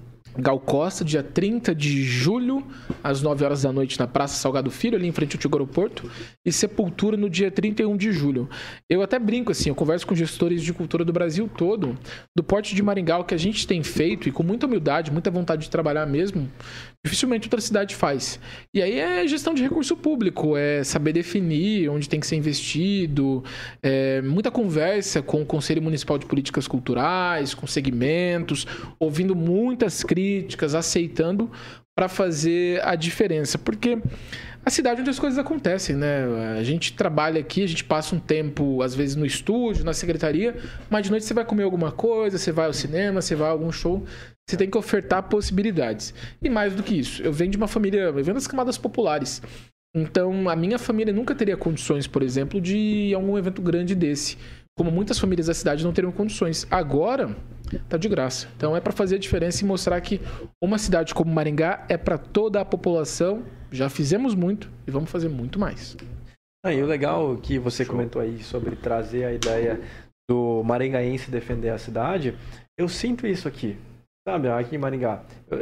Gal Costa, dia 30 de julho, às 9 horas da noite, na Praça Salgado Filho, ali em frente ao antigo aeroporto, e Sepultura no dia 31 de julho. Eu até brinco, assim, eu converso com gestores de cultura do Brasil todo, do porte de Maringá, o que a gente tem feito, e com muita humildade, muita vontade de trabalhar mesmo, dificilmente outra cidade faz. E aí é gestão de recurso público, é saber definir onde tem que ser investido, muita conversa com o Conselho Municipal de Políticas Culturais, com segmentos, ouvindo muitas críticas, aceitando para fazer a diferença. Porque a cidade onde as coisas acontecem, né? A gente trabalha aqui, a gente passa um tempo, às vezes, no estúdio, na secretaria, mas de noite você vai comer alguma coisa, você vai ao cinema, você vai a algum show. Você tem que ofertar possibilidades. E mais do que isso, eu venho de uma família, eu venho das camadas populares. Então, a minha família nunca teria condições, por exemplo, de ir a algum evento grande desse. Como muitas famílias da cidade não teriam condições. Agora, tá de graça. Então, é para fazer a diferença e mostrar que uma cidade como Maringá é para toda a população. Já fizemos muito e vamos fazer muito mais. E o legal que você comentou aí sobre trazer a ideia do maringaense defender a cidade, eu sinto isso aqui. Sabe, aqui em Maringá.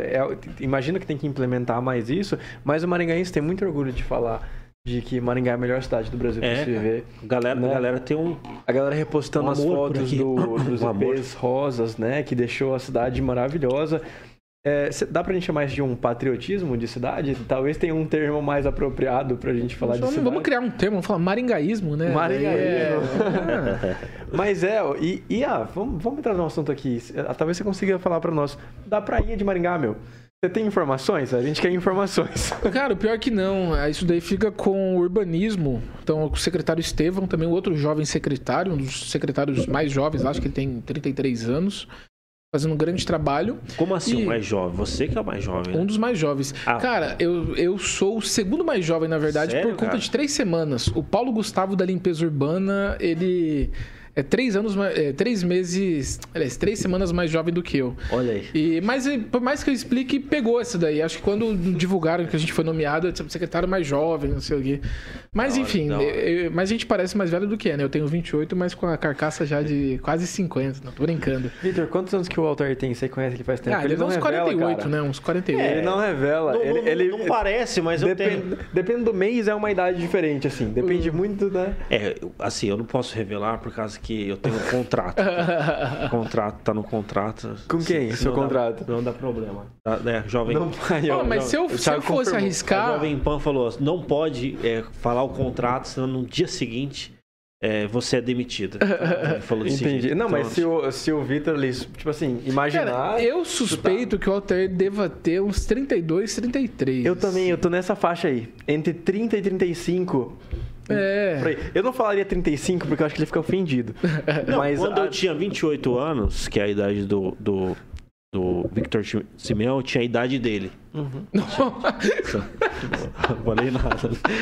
Imagino que tem que implementar mais isso, mas o maringaense tem muito orgulho de falar de que Maringá é a melhor cidade do Brasil para se viver. Galera, né? A galera tem a galera repostando as fotos dos EPs rosas, né? Que deixou a cidade maravilhosa. Dá pra gente chamar isso de um patriotismo de cidade? Talvez tenha um termo mais apropriado pra gente falar de cidade. Vamos criar um termo, vamos falar maringaísmo, né? Maringaísmo. Mas vamos entrar no assunto aqui. Talvez você consiga falar pra nós da prainha de Maringá, meu. Você tem informações? A gente quer informações. Cara, o pior é que não. Isso daí fica com o urbanismo. Então, o secretário Estevão, também outro jovem secretário, um dos secretários mais jovens, acho que ele tem 33 anos. Fazendo um grande trabalho. Como assim o mais jovem? Você que é o mais jovem, né? Um dos mais jovens. Cara, eu sou o segundo mais jovem, na verdade, sério, por conta de 3 semanas. O Paulo Gustavo da Limpeza Urbana, ele é 3 semanas mais jovem do que eu. Olha aí. Mas por mais que eu explique, pegou essa daí. Acho que quando divulgaram que a gente foi nomeado, eu disse, secretário mais jovem, não sei o quê. Mas enfim, mas a gente parece mais velho do que é, né? Eu tenho 28, mas com a carcaça já de quase 50. Não, tô brincando. Vitor, quantos anos que o Altair tem? Você conhece que faz tempo? Ele não uns revela, 48, cara. Né? Uns 48. Ele não revela. Não parece, mas eu tenho. Depende do mês, é uma idade diferente, assim. Depende muito, né? Assim, eu não posso revelar por causa que eu tenho um contrato. O contrato tá no contrato. Com quem? Seu contrato? Não dá problema. Jovem. Mas se eu fosse arriscar. A Jovem Pan falou: não pode falar o contrato, senão no dia seguinte você é demitida. Então, falou entendi. Não, então, mas se o Vitor, tipo assim, imaginar. Cara, eu suspeito que o Altair deva ter uns 32, 33. Eu também, eu tô nessa faixa aí. Entre 30 e 35. Eu não falaria 35 porque eu acho que ele fica ofendido. Não, mas quando eu tinha 28 anos, que é a idade do Victor Simeão, eu tinha a idade dele. Não falei nada.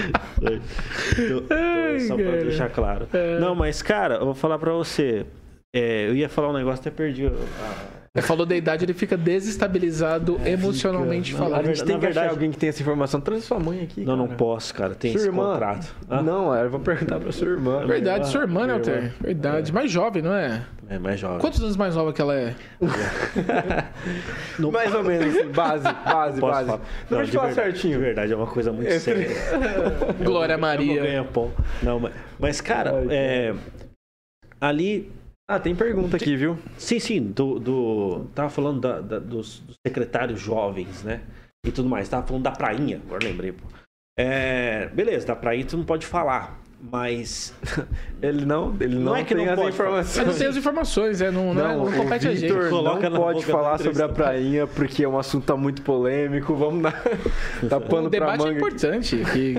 Só pra deixar claro. Não, mas cara, eu vou falar pra você. Eu ia falar um negócio, até perdi. Falou da idade, ele fica desestabilizado emocionalmente falando. A gente tem que achar alguém que tem essa informação. Traz sua mãe aqui. Não posso, cara. Tem esse contrato. Não, eu vou perguntar pra sua irmã. Verdade, sua irmã, né, Altair? Verdade. Mais jovem, não é? É, mais jovem. Quantos anos mais nova que ela é? Mais ou menos, assim, base. Não, deixa eu falar certinho. De verdade, é uma coisa muito séria. Glória Maria. Não, mas cara, ali... tem pergunta aqui, viu? Sim. Tava falando dos secretários jovens, né? E tudo mais. Tava falando da prainha, agora lembrei, pô. Beleza, da prainha tu não pode falar. Mas ele não é que tem não as pode informações. Mas não tem as informações, não compete a gente. O Victor Coloca não na pode boca falar do sobre a prainha porque é um assunto tá muito polêmico. Vamos dar pano O pra debate manga. é importante.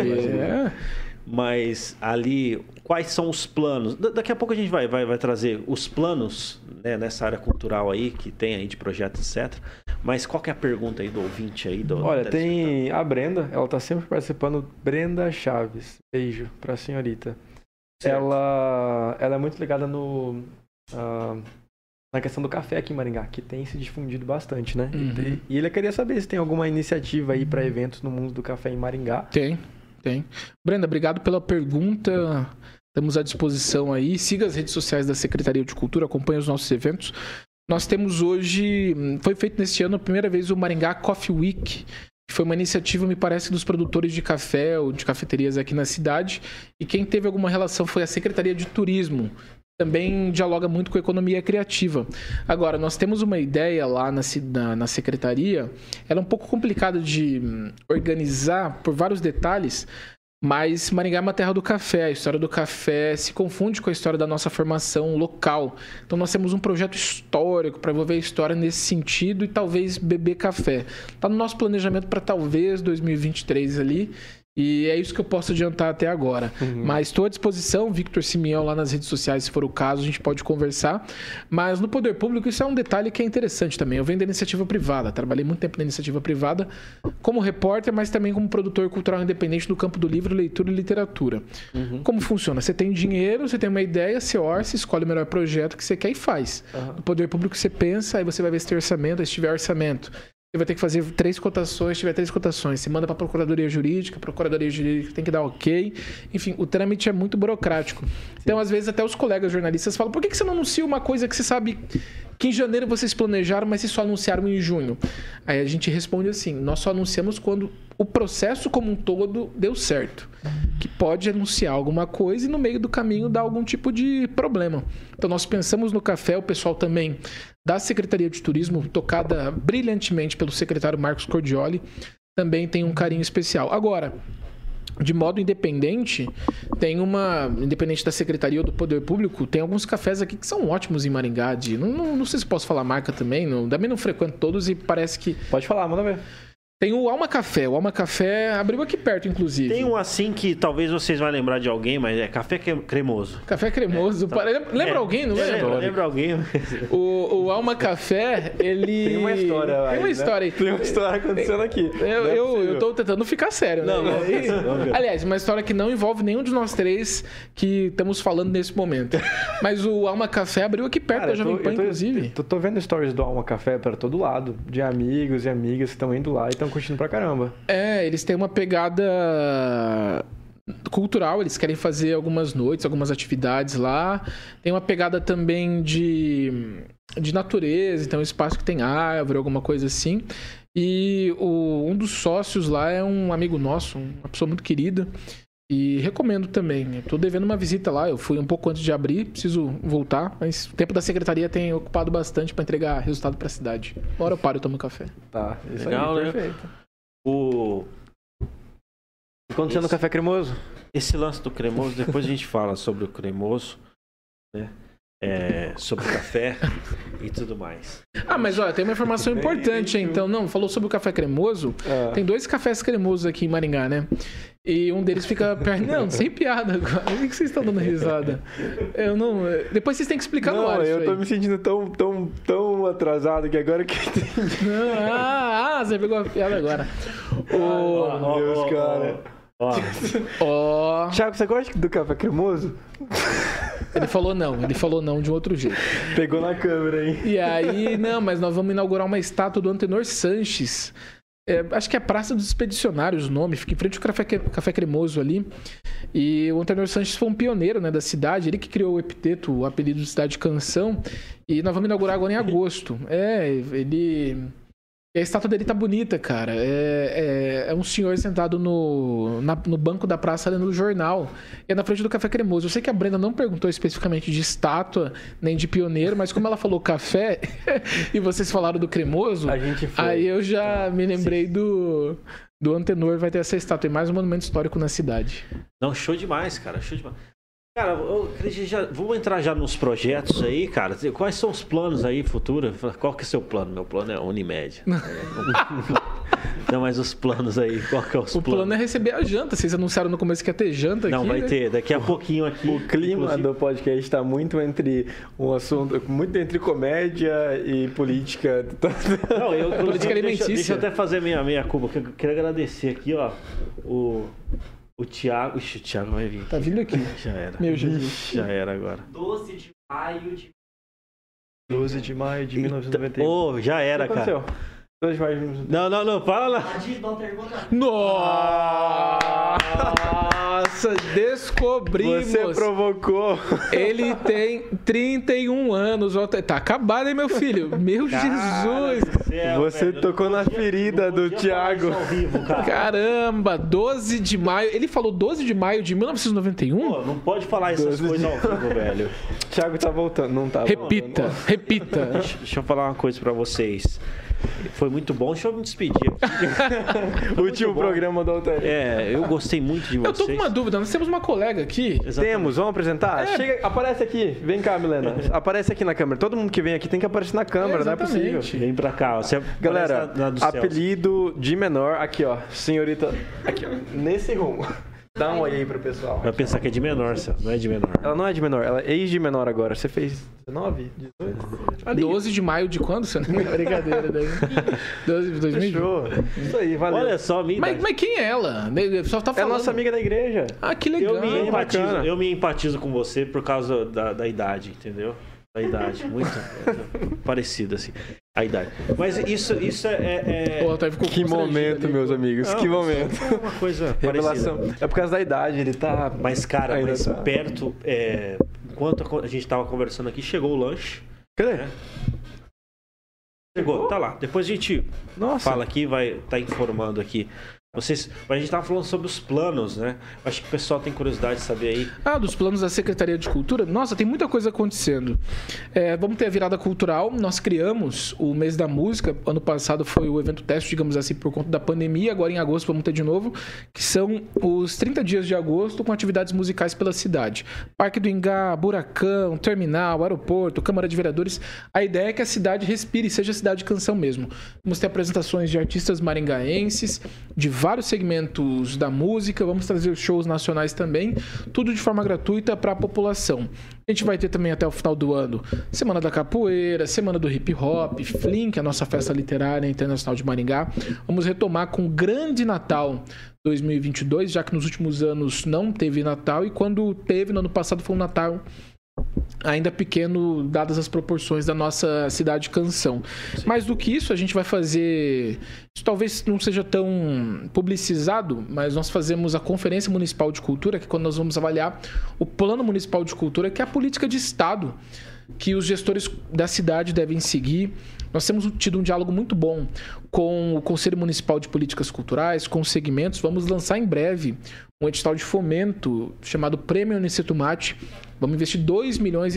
Mas ali, quais são os planos? Daqui a pouco a gente vai trazer os planos, né, nessa área cultural aí, que tem aí de projetos, etc. Mas qual que é a pergunta aí do ouvinte aí? Olha, tem a Brenda, ela tá sempre participando. Brenda Chaves, beijo pra senhorita. Ela é muito ligada na questão do café aqui em Maringá, que tem se difundido bastante, né? Uhum. E ele queria saber se tem alguma iniciativa aí para eventos no mundo do café em Maringá. Tem. Brenda, obrigado pela pergunta. Estamos à disposição aí. Siga as redes sociais da Secretaria de Cultura, acompanhe os nossos eventos. Nós temos hoje, foi feito neste ano a primeira vez o Maringá Coffee Week, que foi uma iniciativa, me parece, dos produtores de café ou de cafeterias aqui na cidade. E quem teve alguma relação foi a Secretaria de Turismo. Também dialoga muito com a economia criativa. Agora, nós temos uma ideia lá na secretaria, ela é um pouco complicada de organizar por vários detalhes, mas Maringá é uma terra do café. A história do café se confunde com a história da nossa formação local. Então, nós temos um projeto histórico para envolver a história nesse sentido e talvez beber café. Está no nosso planejamento para talvez 2023 ali. E é isso que eu posso adiantar até agora. Mas estou à disposição, Victor Simeão lá nas redes sociais, se for o caso, a gente pode conversar. Mas no poder público isso é um detalhe que é interessante também. Eu venho da iniciativa privada, trabalhei muito tempo na iniciativa privada como repórter, mas também como produtor cultural independente no campo do livro, leitura e literatura. Como funciona? Você tem dinheiro, você tem uma ideia, você orça, escolhe o melhor projeto que você quer e faz. No poder público você pensa, aí você vai ver se tem orçamento, aí se tiver orçamento. Você vai ter que fazer 3 cotações, se tiver 3 cotações, você manda para a Procuradoria Jurídica tem que dar ok. Enfim, o trâmite é muito burocrático. Então, às vezes, até os colegas jornalistas falam, por que você não anuncia uma coisa que você sabe que em janeiro vocês planejaram, mas vocês só anunciaram em junho? Aí a gente responde assim, nós só anunciamos quando o processo como um todo deu certo. Que pode anunciar alguma coisa e no meio do caminho dar algum tipo de problema. Então, nós pensamos no café, o pessoal também da Secretaria de Turismo, tocada brilhantemente pelo secretário Marcos Cordioli, também tem um carinho especial. Agora, de modo independente, independente da Secretaria ou do Poder Público, tem alguns cafés aqui que são ótimos em Maringá. Não sei se posso falar marca também, também não frequento todos e parece que... Pode falar, manda ver. Tem o Alma Café. O Alma Café abriu aqui perto, inclusive. Tem um assim que talvez vocês vão lembrar de alguém, mas é café cremoso. Café cremoso. Lembra alguém, não lembra? Lembra alguém. O Alma Café, ele... Tem uma história lá. Tem uma história. Tem uma história acontecendo aqui. Eu tô tentando ficar sério, né? Aliás, uma história que não envolve nenhum de nós três que estamos falando nesse momento. Mas o Alma Café abriu aqui perto da Jovem Pan, inclusive. Tô vendo stories do Alma Café para todo lado, de amigos e amigas que estão indo lá e estão curtindo pra caramba. Eles têm uma pegada cultural, eles querem fazer algumas noites, algumas atividades lá. Tem uma pegada também de natureza, então um espaço que tem árvore, alguma coisa assim. E um dos sócios lá é um amigo nosso, uma pessoa muito querida. E recomendo também. Estou devendo uma visita lá. Eu fui um pouco antes de abrir, preciso voltar. Mas o tempo da secretaria tem ocupado bastante para entregar resultado para a cidade. Uma hora eu paro e tomo café. Tá, isso legal, aí, né? Perfeito. Acontecendo no café cremoso? Esse lance do cremoso, depois a gente fala sobre o cremoso, né? Sobre o café e tudo mais. Mas olha, tem uma informação importante, então. Não, falou sobre o café cremoso. Tem 2 cafés cremosos aqui em Maringá, né? E um deles fica perto... Não, sem piada agora. Por que vocês estão dando risada? Eu não... Depois vocês têm que explicar no ar. Eu tô me sentindo tão atrasado que agora que entendi. Você pegou a piada agora. Meu Deus, cara. Thiago, você gosta do café cremoso? Ele falou não de um outro jeito. Pegou na câmera, hein? E aí, mas nós vamos inaugurar uma estátua do Antenor Sanches. Acho que é Praça dos Expedicionários o nome, fica em frente ao Café Cremoso ali. E o Antenor Sanches foi um pioneiro, né, da cidade, ele que criou o epiteto, o apelido de Cidade Canção. E nós vamos inaugurar agora em agosto. E a estátua dele tá bonita, cara. É um senhor sentado no banco da praça lendo o jornal. E é na frente do Café Cremoso. Eu sei que a Brenda não perguntou especificamente de estátua, nem de pioneiro, mas como ela falou café e vocês falaram do cremoso, aí eu já me lembrei do do Antenor vai ter essa estátua. E mais um monumento histórico na cidade. Não, show demais, cara. Show demais. Cara, vamos entrar já nos projetos aí, cara. Quais são os planos aí futuros? Qual que é o seu plano? Meu plano é Unimed. Não, mas os planos aí, qual que é os planos? O plano é receber a janta. Vocês anunciaram no começo que ia ter janta aqui. Não, vai ter. Daqui a pouquinho aqui. O clima do podcast está muito entre um assunto, muito entre comédia e política. Não, política alimentícia. Deixa eu até fazer minha culpa. Eu queria agradecer aqui, ó, o Thiago. Ixi, o Thiago vai vir. Tá vindo aqui. Já era. Meu Jesus. Já era agora. 12 de maio de 1991. Ô, já era, cara. 12 de maio de 1991. Não, fala. Nossa, descobrimos. Você provocou. Ele tem 31 anos. Tá acabado, hein, meu filho? Meu Jesus. Você tocou na ferida do Thiago. Caramba, 12 de maio. Ele falou 12 de maio de 1991? Pô, não pode falar essas coisas ao vivo, velho. Thiago tá voltando, não tá. Repita. Deixa eu falar uma coisa pra vocês. Foi muito bom, deixa eu me despedir aqui. Último programa do Altair. Eu gostei muito de vocês. Eu tô com uma dúvida, nós temos uma colega aqui. Exatamente. Temos, vamos apresentar? Chega, aparece aqui, vem cá, Milena. Aparece aqui na câmera. Todo mundo que vem aqui tem que aparecer na câmera, não é possível. Vem pra cá, você galera, apelido de menor, aqui ó, senhorita, aqui ó, nesse rumo. Dá um oi aí pro pessoal. Vai pensar que é de menor, não é de menor. Ela não é de menor, ela é ex de menor agora. Você fez 19? 18? 12 de maio de quando? Você não é brincadeira daí. 12 de 2020? Fechou. Isso aí, valeu. Olha só, mas quem é ela? Só tá falando. É nossa amiga da igreja. Ah, que legal. Eu me empatizo com você por causa da idade, entendeu? Da idade, muito parecido assim, a idade. Mas isso Pô, tá, que momento, ali, meus amigos, que momento. É uma coisa revelação. Parecida. É por causa da idade, ele tá... Mas, cara, perto, enquanto a gente tava conversando aqui, chegou o lanche. Cadê? Né? Chegou, tá lá. Depois a gente fala aqui, vai tá informando aqui. A gente tava falando sobre os planos, né? Acho que o pessoal tem curiosidade de saber aí. Dos planos da Secretaria de Cultura? Nossa, tem muita coisa acontecendo. Vamos ter a virada cultural. Nós criamos o mês da música. Ano passado foi o evento teste, digamos assim, por conta da pandemia. Agora em agosto vamos ter de novo, que são os 30 dias de agosto com atividades musicais pela cidade. Parque do Ingá, Buracão, Terminal, Aeroporto, Câmara de Vereadores. A ideia é que a cidade respire, seja cidade de canção mesmo. Vamos ter apresentações de artistas maringaenses, de vários segmentos da música, vamos trazer shows nacionais também, tudo de forma gratuita para a população. A gente vai ter também até o final do ano Semana da Capoeira, Semana do Hip Hop, Flink, a nossa festa literária internacional de Maringá. Vamos retomar com o grande Natal 2022, já que nos últimos anos não teve Natal e quando teve no ano passado foi um Natal ainda pequeno, dadas as proporções da nossa cidade canção. Sim. Mais do que isso, a gente vai fazer... Isso talvez não seja tão publicizado, mas nós fazemos a Conferência Municipal de Cultura, que é quando nós vamos avaliar o Plano Municipal de Cultura, que é a política de Estado que os gestores da cidade devem seguir. Nós temos tido um diálogo muito bom com o Conselho Municipal de Políticas Culturais, com os segmentos. Vamos lançar em breve um edital de fomento chamado Prêmio Aniceto Mate. Vamos investir R$2.3 milhões,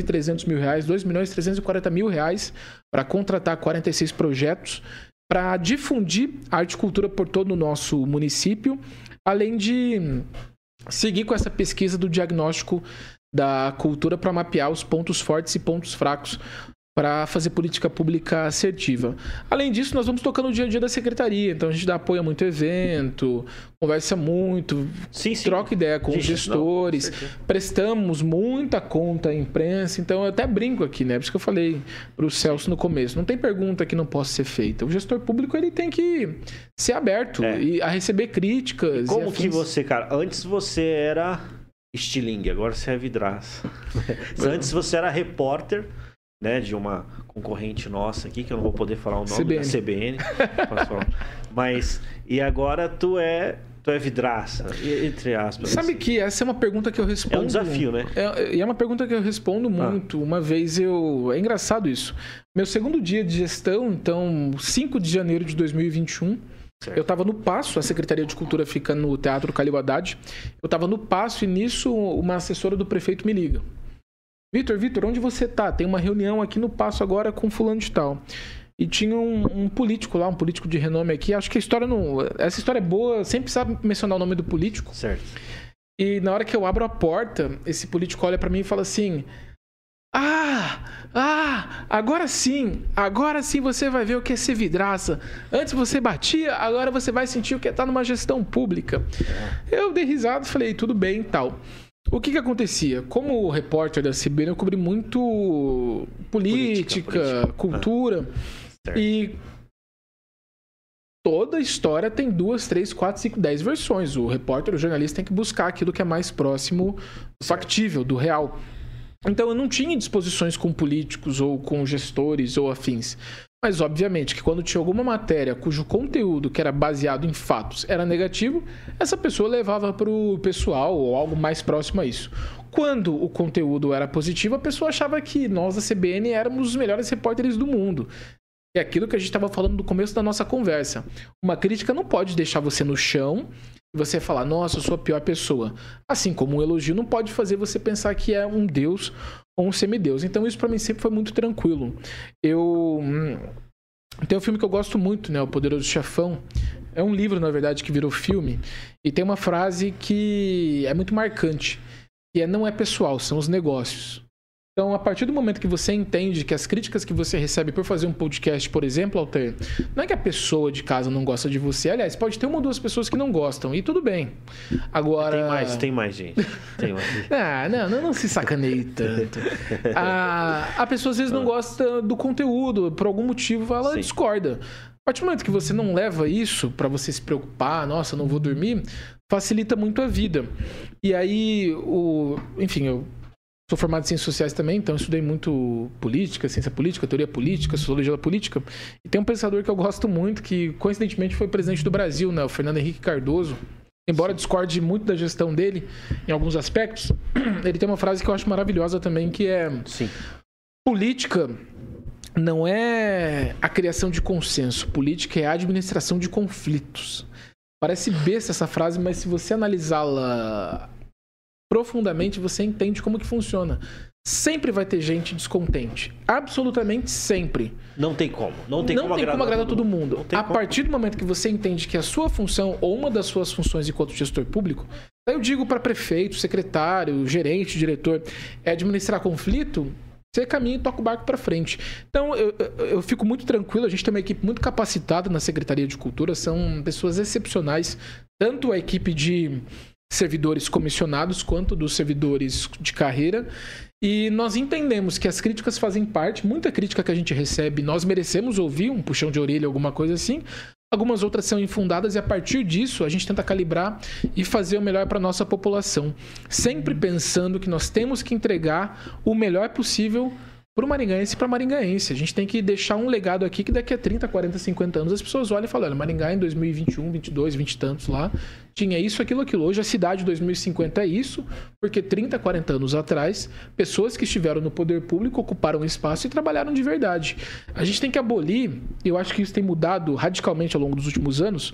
R$2.340.000 para contratar 46 projetos para difundir a arte e cultura por todo o nosso município, além de seguir com essa pesquisa do diagnóstico da cultura para mapear os pontos fortes e pontos fracos para fazer política pública assertiva. Além disso, nós vamos tocando o dia a dia da secretaria. Então, a gente dá apoio a muito evento, conversa muito, troca ideia com os gestores, prestamos muita conta à imprensa. Então, eu até brinco aqui, né? Por isso que eu falei para o Celso no começo. Não tem pergunta que não possa ser feita. O gestor público ele tem que ser aberto e a receber críticas. E como que você, cara, antes você era estilingue, agora você é vidraça. Antes você era repórter, né, de uma concorrente nossa aqui, que eu não vou poder falar o nome, da CBN. Mas, e agora tu é vidraça, entre aspas. Sabe que essa é uma pergunta que eu respondo... É um desafio, né? É uma pergunta que eu respondo muito. Uma vez É engraçado isso. Meu segundo dia de gestão, então, 5 de janeiro de 2021... Certo. Eu estava no Paço, a Secretaria de Cultura fica no Teatro Calil Haddad. Eu estava no Paço e nisso uma assessora do prefeito me liga. Vitor, onde você tá? Tem uma reunião aqui no Paço agora com fulano de tal. e tinha um político lá, um político de renome aqui. Acho que a história não... Essa história é boa, sempre precisa mencionar o nome do político. Certo. E na hora que eu abro a porta, esse político olha pra mim e fala assim... agora sim você vai ver o que é ser vidraça. Antes você batia, agora você vai sentir o que é estar numa gestão pública. Eu dei risada e falei, tudo bem e tal. O que acontecia? Como repórter da CBN, eu cobri muito política. Cultura. E toda história tem 2, 3, 4, 5, 10 versões. O repórter, o jornalista tem que buscar aquilo que é mais próximo do factível, do real. Então eu não tinha disposições com políticos ou com gestores ou afins. Mas obviamente que quando tinha alguma matéria cujo conteúdo que era baseado em fatos era negativo, essa pessoa levava para o pessoal ou algo mais próximo a isso. Quando o conteúdo era positivo, a pessoa achava que nós da CBN éramos os melhores repórteres do mundo. É aquilo que a gente estava falando no começo da nossa conversa. Uma crítica não pode deixar você no chão e você falar, nossa, eu sou a pior pessoa. Assim como um elogio não pode fazer você pensar que é um deus ou um semideus. Então isso para mim sempre foi muito tranquilo. Tem um filme que eu gosto muito, né? O Poderoso Chefão. É um livro, na verdade, que virou filme. E tem uma frase que é muito marcante. Que não é pessoal, são os negócios. Então, a partir do momento que você entende que as críticas que você recebe por fazer um podcast, por exemplo, Altair, não é que a pessoa de casa não gosta de você. Aliás, pode ter 1 ou 2 pessoas que não gostam. E tudo bem. Agora... Tem mais, gente. Tem mais. Não se sacaneie tanto. A pessoa, às vezes, não gosta do conteúdo. Por algum motivo, ela discorda. A partir do momento que você não leva isso pra você se preocupar, nossa, não vou dormir, facilita muito a vida. E aí, enfim, eu sou formado em Ciências Sociais também, então eu estudei muito política, ciência política, teoria política, sociologia da política. E tem um pensador que eu gosto muito, que coincidentemente foi presidente do Brasil, né? O Fernando Henrique Cardoso. Embora discorde muito da gestão dele, em alguns aspectos, ele tem uma frase que eu acho maravilhosa também, que é... Sim. Política não é a criação de consenso. Política é a administração de conflitos. Parece besta essa frase, mas se você analisá-la profundamente, você entende como que funciona. Sempre vai ter gente descontente. Absolutamente sempre. Não tem como. Não tem como agradar todo mundo. A partir do momento que você entende que a sua função, ou uma das suas funções enquanto gestor público, eu digo para prefeito, secretário, gerente, diretor, é administrar conflito, você caminha e toca o barco para frente. Então, eu fico muito tranquilo. A gente tem uma equipe muito capacitada na Secretaria de Cultura. São pessoas excepcionais. Tanto a equipe de servidores comissionados quanto dos servidores de carreira. E nós entendemos que as críticas fazem parte. Muita crítica que a gente recebe, nós merecemos ouvir um puxão de orelha, alguma coisa assim. Algumas outras são infundadas e a partir disso a gente tenta calibrar e fazer o melhor para a nossa população. Sempre pensando que nós temos que entregar o melhor possível para o maringaense e para a maringaense. A gente tem que deixar um legado aqui que daqui a 30, 40, 50 anos as pessoas olham e falam, olha, Maringá em 2021, 22, 20 e tantos lá, tinha isso, aquilo. Hoje a cidade de 2050 é isso, porque 30, 40 anos atrás, pessoas que estiveram no poder público ocuparam espaço e trabalharam de verdade. A gente tem que abolir, e eu acho que isso tem mudado radicalmente ao longo dos últimos anos,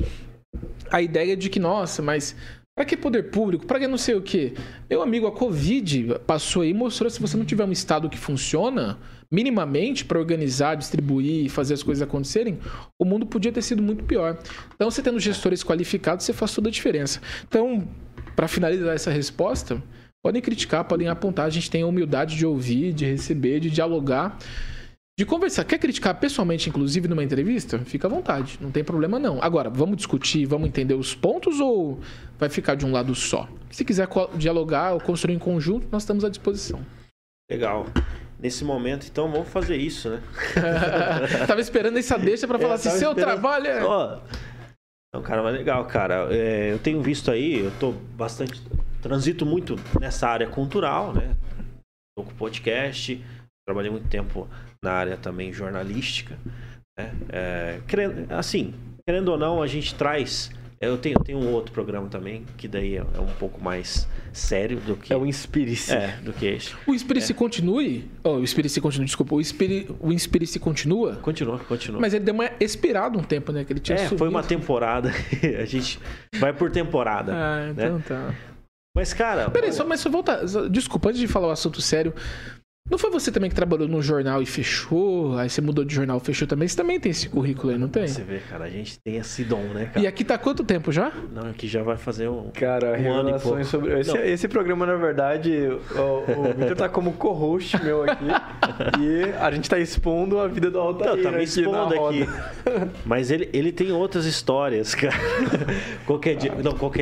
a ideia de que, nossa, mas... Para que poder público? Para que não sei o quê? Meu amigo, a Covid passou aí e mostrou que se você não tiver um Estado que funciona minimamente para organizar, distribuir e fazer as coisas acontecerem, o mundo podia ter sido muito pior. Então, você tendo gestores qualificados, você faz toda a diferença. Então, para finalizar essa resposta, podem criticar, podem apontar. A gente tem a humildade de ouvir, de receber, de dialogar, de conversar. Quer criticar pessoalmente, inclusive, numa entrevista? Fica à vontade, não tem problema não. Agora, vamos discutir, vamos entender os pontos ou vai ficar de um lado só? Se quiser dialogar ou construir em conjunto, nós estamos à disposição. Legal. Nesse momento, então, vamos fazer isso, né? Tava esperando essa deixa para falar assim, seu trabalho é... Então, cara, mas legal, cara. Eu tenho visto aí, eu tô bastante... Transito muito nessa área cultural, né? Tô com podcast... Trabalhei muito tempo na área também jornalística, né? Querendo ou não, a gente traz... Eu tenho um outro programa também, que daí é um pouco mais sério do que... É o Inspire-se. Do que este. O Inspire-se continue? O Inspire-se continua, desculpa. O Inspire-se continua? Continua. Mas ele deu uma expirada um tempo, né? Que ele tinha subido. Foi uma temporada. A gente vai por temporada. Então né? tá. Mas, cara... Peraí, só voltar. Desculpa, antes de falar o assunto sério... Não foi você também que trabalhou num jornal e fechou? Aí você mudou de jornal e fechou também? Você também tem esse currículo aí, não tem? Você vê, cara, a gente tem esse dom, né, cara? E aqui tá quanto tempo já? Não, aqui já vai fazer Cara, revelações sobre... Esse programa, na verdade, o Victor tá como co-host meu aqui. E a gente tá expondo a vida do Altair. Não, tá me expondo aqui. Mas ele tem outras histórias, cara. Qualquer dia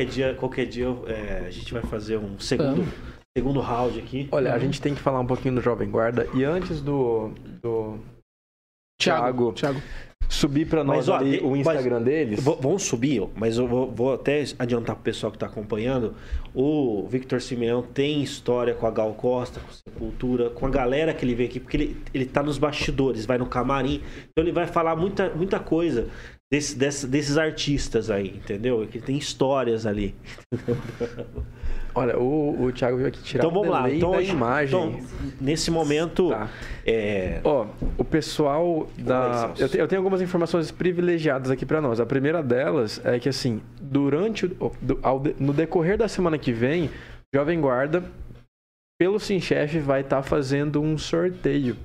a gente vai fazer um segundo round aqui. Olha, a gente tem que falar um pouquinho do Jovem Guarda. E antes do Thiago subir pra nós ali o Instagram deles. Vamos subir, mas eu vou até adiantar pro pessoal que tá acompanhando. O Victor Simeão tem história com a Gal Costa, com a Sepultura, com a galera que ele vê aqui, porque ele tá nos bastidores, vai no camarim. Então ele vai falar muita coisa desses artistas aí, entendeu? Que tem histórias ali. Olha, o Thiago veio aqui tirar então, vamos lá. Então, da imagem. Então, nesse momento... Tá. O pessoal da... Eu tenho algumas informações privilegiadas aqui pra nós. A primeira delas é que, assim, no decorrer da semana que vem, Jovem Guarda, pelo SimChef, vai estar fazendo um sorteio.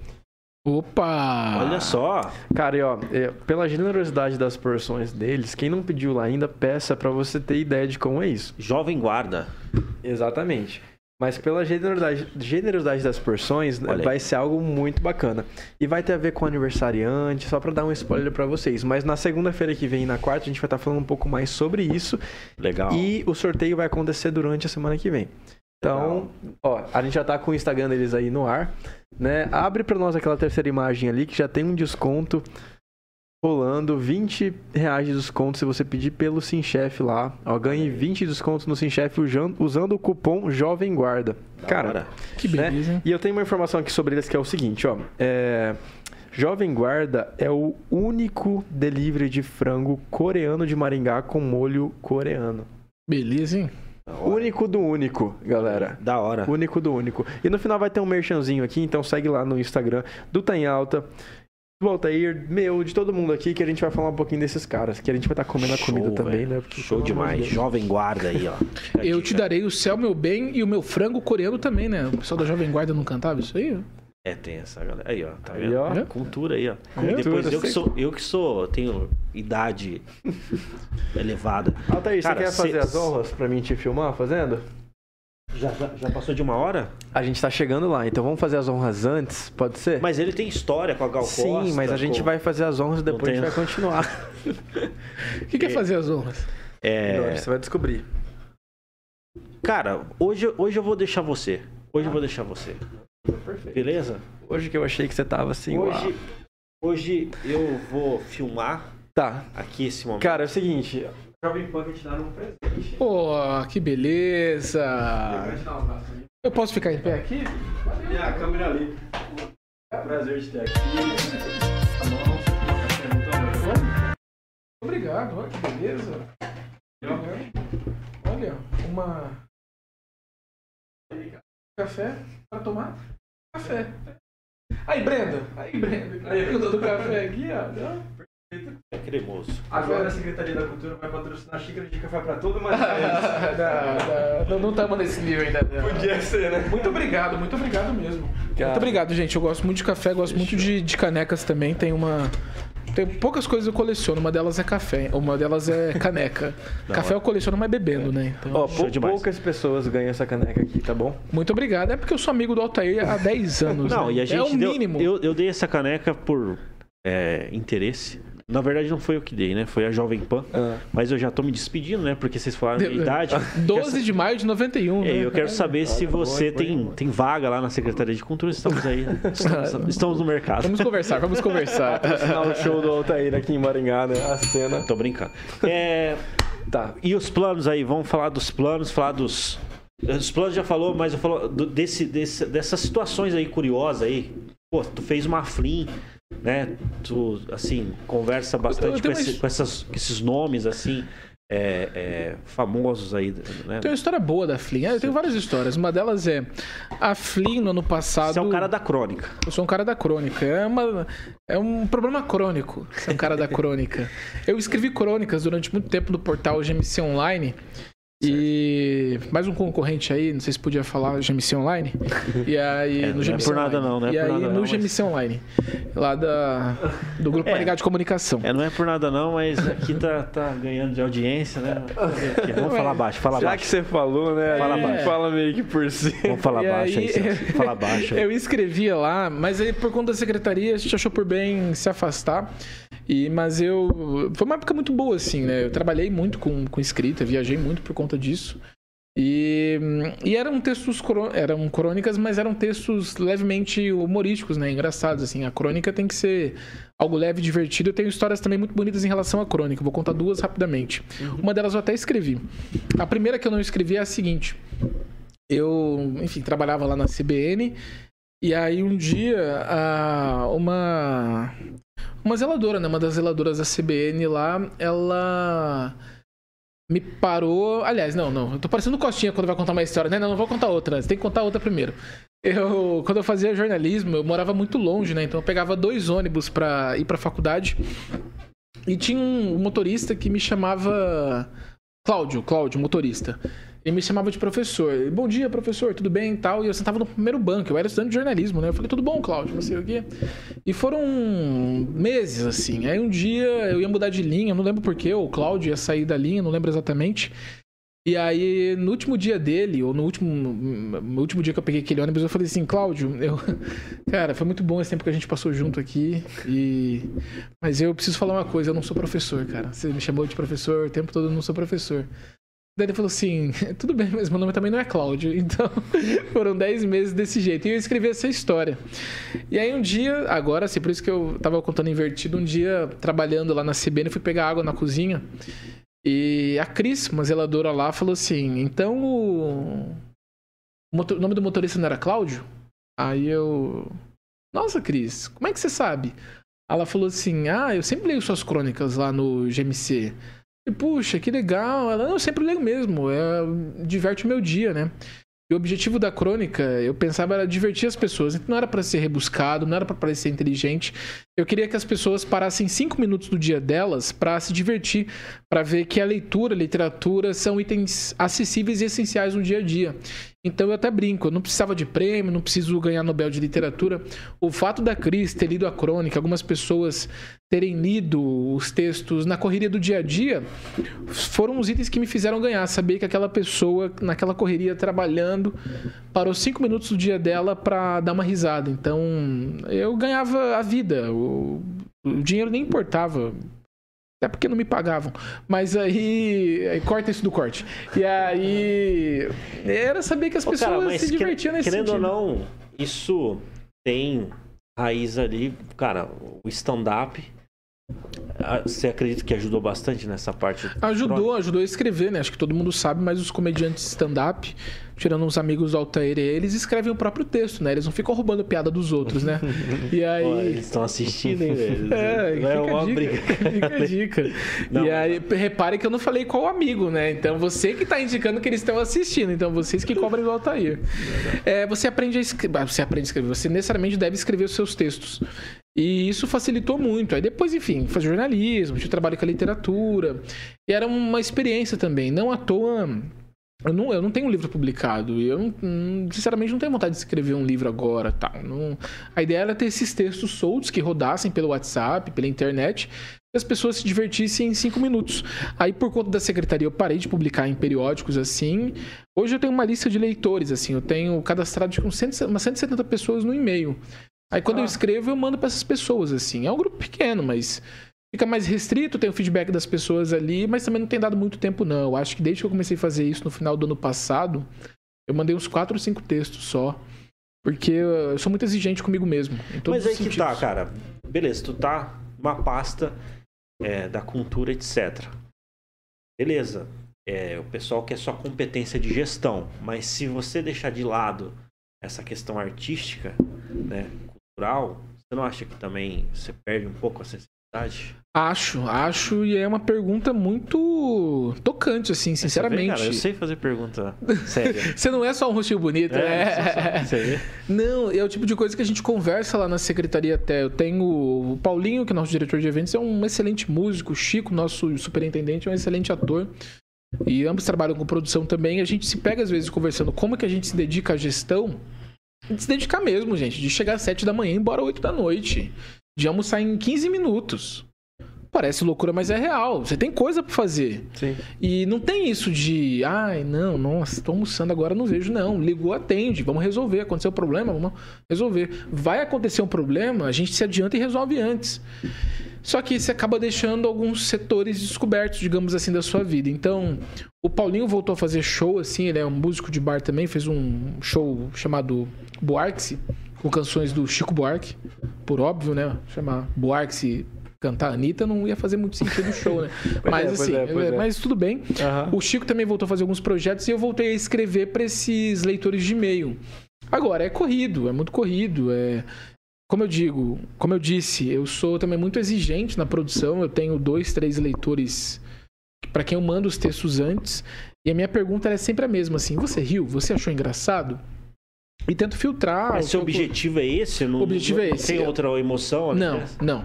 Opa! Olha só! Cara, pela generosidade das porções deles, quem não pediu lá ainda, peça pra você ter ideia de como é isso. Jovem Guarda. Exatamente. Mas pela generosidade das porções, vai ser algo muito bacana. E vai ter a ver com aniversariante, só pra dar um spoiler pra vocês. Mas na segunda-feira que vem e na quarta, a gente vai estar falando um pouco mais sobre isso. Legal. E o sorteio vai acontecer durante a semana que vem. Então, a gente já tá com o Instagram deles aí no ar, né? Abre pra nós aquela terceira imagem ali, que já tem um desconto rolando, R$20 de desconto se você pedir pelo SimChef lá. Ganhe 20 descontos no SimChef usando o cupom Jovem Guarda. Cara, que beleza, hein? E eu tenho uma informação aqui sobre eles que é o seguinte, Jovem Guarda é o único delivery de frango coreano de Maringá com molho coreano. Beleza, hein? Único do único, galera. Da hora. Único do único. E no final vai ter um merchanzinho aqui, então segue lá no Instagram do Tá em Alta, do Altair, de todo mundo aqui, que a gente vai falar um pouquinho desses caras, que a gente vai estar comendo a comida também, né? Porque, show demais. Jovem Guarda aí, ó. Eu te darei o céu, meu bem, e o meu frango coreano também, né? O pessoal da Jovem Guarda não cantava isso aí? Tem essa galera. Aí, ó. Tá vendo? Aí, ó. Cultura aí, ó. Cultura, Depois tenho idade elevada. Altair, você quer fazer as honras pra mim te filmar fazendo? Já passou de 1 hora? A gente tá chegando lá, então vamos fazer as honras antes, pode ser? Mas ele tem história com a Gal Costa. Sim, mas a gente vai fazer as honras e depois a gente vai continuar. O que é fazer as honras? Não, você vai descobrir. Cara, hoje eu vou deixar você. Perfeito. Beleza? Hoje que eu achei que você tava assim... Hoje eu vou filmar aqui esse momento. Cara, é o seguinte... Jovem Pan que te dá um presente. Pô, que beleza! Eu posso ficar em pé aqui? A câmera ali. É um prazer de ter aqui. Obrigado, olha que beleza. Olha, café para tomar. Café. Aí, Brenda. Aí, Brenda do café aqui, ó. É cremoso. Agora a Secretaria da Cultura vai patrocinar xícara de café pra todo mundo. Não estamos nesse nível ainda. Podia ser, né? Muito obrigado mesmo. Cara. Muito obrigado, gente. Eu gosto muito de café, gosto muito de canecas também. Tem poucas coisas que eu coleciono. Uma delas é café, uma delas é caneca. Café eu coleciono, mas bebendo, né? Então, poucas pessoas ganham essa caneca aqui, tá bom? Muito obrigado. É porque eu sou amigo do Altair há 10 anos. Não, né? E a gente é o mínimo. Eu dei essa caneca por interesse. Na verdade, não foi eu que dei, né? Foi a Jovem Pan. Mas eu já tô me despedindo, né? Porque vocês falaram da idade. 12 de maio de 91, né? Eu quero saber se você tem vaga lá na Secretaria de Cultura. Estamos aí, né? Estamos no mercado. Vamos conversar. O show do Altair aqui em Maringá, né? A cena. Tô brincando. E os planos aí? Vamos falar dos planos, Os planos já falou, mas eu falo dessas situações aí curiosas aí. Pô, tu fez uma Flim, né? Tu, assim, conversa bastante com esses nomes, assim, famosos aí, né? Tem uma história boa da Flim. Eu tenho várias histórias. Uma delas é a Flim no ano passado... Você é um cara da crônica. Eu sou um cara da crônica. É um problema crônico ser um cara da crônica. Eu escrevi crônicas durante muito tempo no portal GMC Online. E mais um concorrente aí, não sei se podia falar, GMC Online. E aí, no não é por nada não, não é e por aí, nada no não, GMC Online, lá do Grupo Maringá de Comunicação. Não é por nada não, mas aqui tá ganhando de audiência, né? Vamos falar baixo, fala Já baixo. que você falou, né? Fala baixo. Fala meio que por cima. Vamos falar baixo aí, Celso. Fala baixo aí. Eu escrevia lá, mas aí por conta da secretaria a gente achou por bem se afastar. Mas foi uma época muito boa, assim, né? Eu trabalhei muito com escrita, viajei muito por conta disso. E eram textos, eram crônicas, mas eram textos levemente humorísticos, né? Engraçados, assim. A crônica tem que ser algo leve e divertido. Eu tenho histórias também muito bonitas em relação à crônica. Vou contar duas rapidamente. Uma delas eu até escrevi. A primeira que eu não escrevi é a seguinte. Eu, enfim, trabalhava lá na CBN. E aí um dia, uma zeladora, né? Uma das zeladoras da CBN lá, ela me parou. Aliás, não. Eu tô parecendo Costinha quando vai contar uma história, né? Não vou contar outra. Você tem que contar outra primeiro. Quando eu fazia jornalismo, eu morava muito longe, né? Então eu pegava 2 ônibus pra ir pra faculdade. E tinha um motorista que me chamava Cláudio, motorista. Ele me chamava de professor. Bom dia, professor, tudo bem e tal. E eu sentava no primeiro banco. Eu era estudante de jornalismo, né? Eu falei, tudo bom, Cláudio? Não sei o quê. E foram meses, assim. Aí um dia eu ia mudar de linha, não lembro porquê. O Cláudio ia sair da linha, não lembro exatamente. E aí, no último dia dele, ou no último dia que eu peguei aquele ônibus, eu falei assim, Cláudio, cara, foi muito bom esse tempo que a gente passou junto aqui. Mas eu preciso falar uma coisa, eu não sou professor, cara. Você me chamou de professor o tempo todo, eu não sou professor. Daí ele falou assim, tudo bem, mas meu nome também não é Cláudio. Então, foram 10 meses desse jeito. E eu escrevi essa história. E aí um dia, agora, assim, por isso que eu tava contando invertido, um dia, trabalhando lá na CBN, fui pegar água na cozinha. E a Cris, uma zeladora lá, falou assim, então o nome do motorista não era Cláudio? Aí eu... Nossa, Cris, como é que você sabe? Ela falou assim, eu sempre leio suas crônicas lá no GMC. Puxa, que legal. Ela, não, eu sempre leio mesmo. Diverte o meu dia, né? E o objetivo da crônica, eu pensava, era divertir as pessoas. Então não era para ser rebuscado, não era para parecer inteligente. Eu queria que as pessoas parassem 5 minutos do dia delas para se divertir, para ver que a leitura, a literatura são itens acessíveis e essenciais no dia a dia. Então eu até brinco, eu não precisava de prêmio, não preciso ganhar Nobel de Literatura. O fato da Cris ter lido a crônica, algumas pessoas terem lido os textos na correria do dia a dia, foram os itens que me fizeram ganhar. Saber que aquela pessoa, naquela correria, trabalhando, parou 5 minutos do dia dela para dar uma risada. Então eu ganhava a vida, o dinheiro nem importava. Até porque não me pagavam. Mas aí corta isso do corte. E aí era saber que as pessoas se divertiam nesse sentido. Querendo ou não, isso tem raiz ali. Cara, o stand-up, você acredita que ajudou bastante nessa parte? Ajudou a escrever, né? Acho que todo mundo sabe, mas os comediantes stand-up, tirando uns amigos do Altair, eles escrevem o próprio texto, né? Eles não ficam roubando piada dos outros, né? E aí... Pô, eles estão assistindo, hein, velho? Fica a dica. Não, e aí, repare que eu não falei qual amigo, né? Então, você que tá indicando que eles estão assistindo. Então, vocês que cobrem do Altair. Você aprende a escrever. Você necessariamente deve escrever os seus textos. E isso facilitou muito. Aí depois, enfim, fazer jornalismo, tinha trabalho com a literatura. E era uma experiência também. Não à toa... Eu não tenho um livro publicado. E eu, sinceramente, não tenho vontade de escrever um livro agora. Tá? A ideia era ter esses textos soltos que rodassem pelo WhatsApp, pela internet, e as pessoas se divertissem em 5 minutos. Aí, por conta da secretaria, eu parei de publicar em periódicos assim. Hoje eu tenho uma lista de leitores, assim. Eu tenho cadastrado com umas 170 pessoas no e-mail. Aí quando eu escrevo, eu mando para essas pessoas, assim. É um grupo pequeno, mas fica mais restrito, tem o feedback das pessoas ali, mas também não tem dado muito tempo, não. Eu acho que desde que eu comecei a fazer isso no final do ano passado, eu mandei uns 4 ou 5 textos só. Porque eu sou muito exigente comigo mesmo. Mas aí que tá, cara. Beleza, tu tá numa pasta da cultura, etc. Beleza. O pessoal quer só competência de gestão. Mas se você deixar de lado essa questão artística, né? Você não acha que também você perde um pouco a sensibilidade? Acho, e é uma pergunta muito tocante, assim, sinceramente. Vê, cara, eu sei fazer pergunta séria. Você não é só um rostinho bonito, né? Você vê? Não, é o tipo de coisa que a gente conversa lá na secretaria até. Eu tenho o Paulinho, que é nosso diretor de eventos, é um excelente músico. O Chico, nosso superintendente, é um excelente ator. E ambos trabalham com produção também. A gente se pega, às vezes, conversando como é que a gente se dedica à gestão. De se dedicar mesmo, gente. De chegar às 7 da manhã e ir embora às 8 da noite. De almoçar em 15 minutos. Parece loucura, mas é real. Você tem coisa pra fazer. Sim. E não tem isso de... Ai, não, nossa, tô almoçando agora, não vejo. Não, ligou, atende. Vamos resolver. Aconteceu um problema, vamos resolver. Vai acontecer um problema, a gente se adianta e resolve antes. Só que você acaba deixando alguns setores descobertos, digamos assim, da sua vida. Então, o Paulinho voltou a fazer show, assim. Ele é um músico de bar também. Fez um show chamado Buarque, com canções do Chico Buarque. Por óbvio, né? Chamar Buarque... Cantar a Anitta não ia fazer muito sentido o show, né? Mas assim, mas tudo bem. Uhum. O Chico também voltou a fazer alguns projetos e eu voltei a escrever para esses leitores de e-mail. Agora, é corrido, é muito corrido. Como eu disse, eu sou também muito exigente na produção. Eu tenho 2, 3 leitores para quem eu mando os textos antes. E a minha pergunta é sempre a mesma, assim. Você riu? Você achou engraçado? E tento filtrar. Mas seu objetivo é esse? O objetivo é esse. Tem outra emoção? Não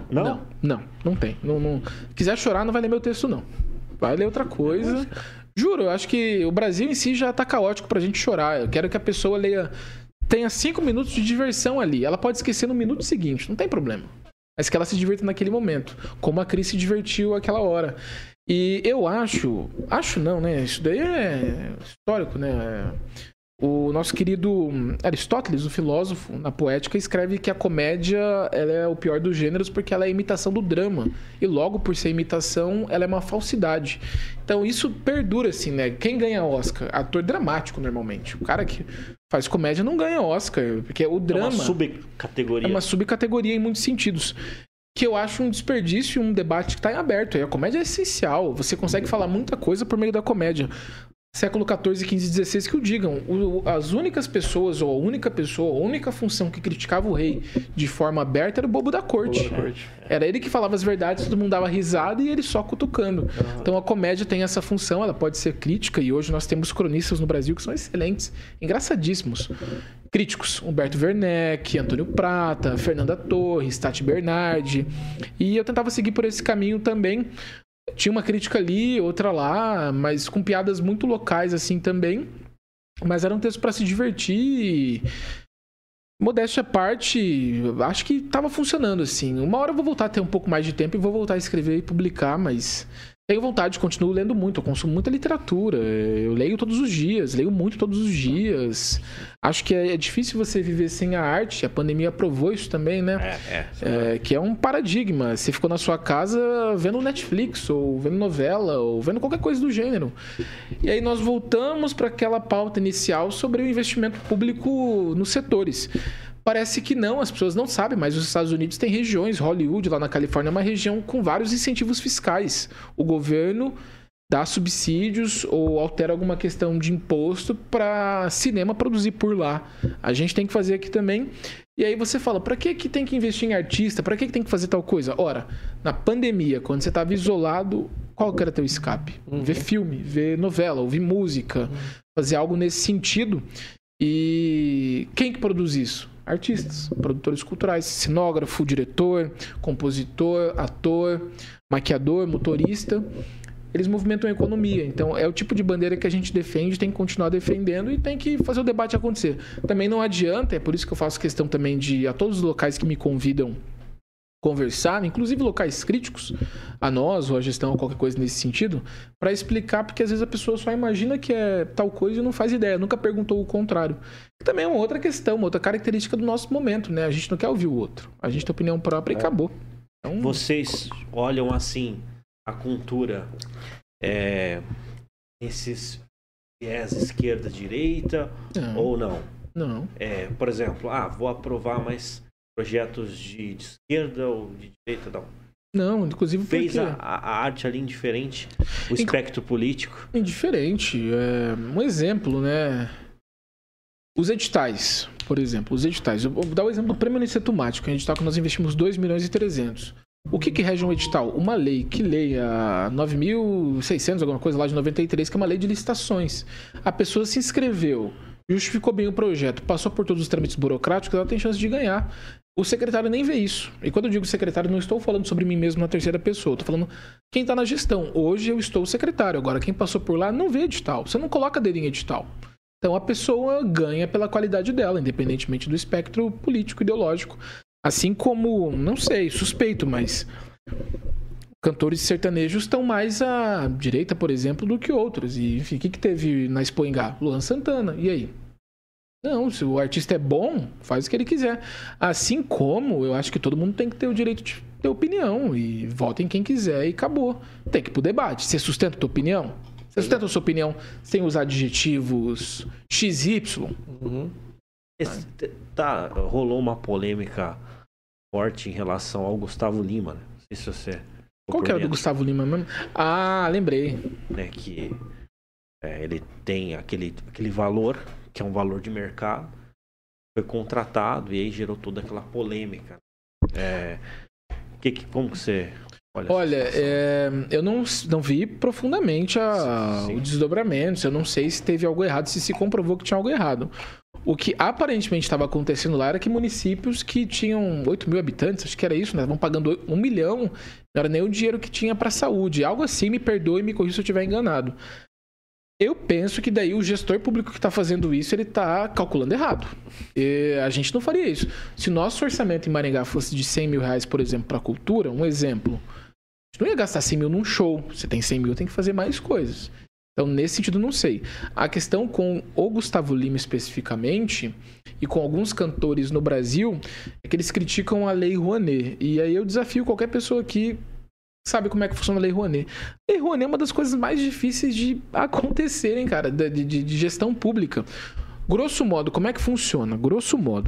tem. Não. Quiser chorar, não vai ler meu texto, não. Vai ler outra coisa. Juro, eu acho que o Brasil em si já tá caótico pra gente chorar. Eu quero que a pessoa tenha 5 minutos de diversão ali. Ela pode esquecer no minuto seguinte, não tem problema. Mas que ela se divirta naquele momento. Como a Cris se divertiu aquela hora. E eu acho não, né? Isso daí é histórico, né? O nosso querido Aristóteles, o filósofo, na Poética, escreve que a comédia ela é o pior dos gêneros porque ela é a imitação do drama. E logo por ser imitação, ela é uma falsidade. Então isso perdura, assim, né? Quem ganha Oscar? Ator dramático, normalmente. O cara que faz comédia não ganha Oscar, porque o drama... É uma subcategoria. É uma subcategoria em muitos sentidos. Que eu acho um desperdício e um debate que está em aberto. E a comédia é essencial. Você consegue falar muita coisa por meio da comédia. Século XIV, XV, XVI que o digam. As únicas pessoas, ou a única função que criticava o rei de forma aberta era o bobo da corte. Era ele que falava as verdades, todo mundo dava risada e ele só cutucando. Então a comédia tem essa função, ela pode ser crítica, e hoje nós temos cronistas no Brasil que são excelentes, engraçadíssimos. Críticos, Humberto Werneck, Antônio Prata, Fernanda Torres, Tati Bernardi. E eu tentava seguir por esse caminho também. Tinha uma crítica ali, outra lá, mas com piadas muito locais assim também. Mas era um texto para se divertir. Modéstia à parte, acho que estava funcionando assim. Uma hora eu vou voltar a ter um pouco mais de tempo e vou voltar a escrever e publicar, mas tenho vontade, continuo lendo muito, eu consumo muita literatura, eu leio todos os dias, leio muito todos os dias. Acho que é difícil você viver sem a arte, a pandemia provou isso também, né? Que é um paradigma. Você ficou na sua casa vendo Netflix, ou vendo novela, ou vendo qualquer coisa do gênero. E aí nós voltamos para aquela pauta inicial sobre o investimento público nos setores. Parece que não, as pessoas não sabem, mas os Estados Unidos têm regiões, Hollywood, lá na Califórnia, é uma região com vários incentivos fiscais. O governo dá subsídios ou altera alguma questão de imposto para cinema produzir por lá. A gente tem que fazer aqui também. E aí você fala, para que tem que investir em artista? Para que tem que fazer tal coisa? Ora, na pandemia, quando você estava isolado, qual que era teu escape? Ver filme, ver novela, ouvir música, fazer algo nesse sentido. E quem que produz isso? Artistas, produtores culturais, cenógrafo, diretor, compositor, ator, maquiador, motorista. Eles movimentam a economia. Então, é o tipo de bandeira que a gente defende, tem que continuar defendendo e tem que fazer o debate acontecer. Também não adianta, é por isso que eu faço questão também de, a todos os locais que me convidam conversar, inclusive locais críticos, a nós ou a gestão ou qualquer coisa nesse sentido, para explicar, porque às vezes a pessoa só imagina que é tal coisa e não faz ideia, nunca perguntou o contrário. E também é uma outra questão, uma outra característica do nosso momento, né? A gente não quer ouvir o outro, a gente tem opinião própria e acabou. Então... Vocês olham assim a cultura, esses viés esquerda-direita ou não? Não. Por exemplo, vou aprovar mais projetos de esquerda ou de direita, não. Não, inclusive porque... Fez a arte ali indiferente, o espectro político. Indiferente. Um exemplo, né? Os editais, por exemplo. Eu vou dar o exemplo do Prêmio Aniceto Mático, um edital que nós investimos 2.300.000. O que rege um edital? Uma lei que leia 9.600, alguma coisa lá de 93, que é uma lei de licitações. A pessoa se inscreveu justificou bem o projeto, passou por todos os trâmites burocráticos, ela tem chance de ganhar. O secretário nem vê isso. E quando eu digo secretário, não estou falando sobre mim mesmo na terceira pessoa. Estou falando quem está na gestão. Hoje eu estou secretário. Agora, quem passou por lá não vê edital. Você não coloca dedinho em edital. Então, a pessoa ganha pela qualidade dela, independentemente do espectro político, ideológico. Assim como, não sei, suspeito, mas cantores sertanejos estão mais à direita, por exemplo, do que outros. E, enfim, o que teve na Expo Ingá? Luan Santana. E aí? Não, se o artista é bom, faz o que ele quiser. Assim como eu acho que todo mundo tem que ter o direito de ter opinião. E vota em quem quiser e acabou. Tem que ir pro debate. Você sustenta a tua opinião? Você sustenta a sua opinião sem usar adjetivos XY? Uhum. Rolou uma polêmica forte em relação ao Gustavo Lima, né? Não sei se você... Qual que era do Gustavo Lima mesmo? Ah, lembrei. Né, que ele tem aquele valor, que é um valor de mercado, foi contratado e aí gerou toda aquela polêmica. Como que você olha eu não vi profundamente o desdobramento, eu não sei se teve algo errado, se comprovou que tinha algo errado. O que aparentemente estava acontecendo lá era que municípios que tinham 8 mil habitantes, acho que era isso, né? Vão pagando 1 milhão, não era nem o dinheiro que tinha para saúde. Algo assim, me perdoe e me corrija se eu estiver enganado. Eu penso que daí o gestor público que está fazendo isso, ele está calculando errado. A gente não faria isso. Se nosso orçamento em Maringá fosse de 100 mil reais, por exemplo, para a cultura, um exemplo, a gente não ia gastar 100 mil num show. Você tem 100 mil, tem que fazer mais coisas. Então, nesse sentido, não sei. A questão com o Gustavo Lima especificamente e com alguns cantores no Brasil é que eles criticam a Lei Rouanet. E aí eu desafio qualquer pessoa que sabe como é que funciona a Lei Rouanet. A Lei Rouanet é uma das coisas mais difíceis de acontecerem, cara, de gestão pública. Grosso modo, como é que funciona? Grosso modo,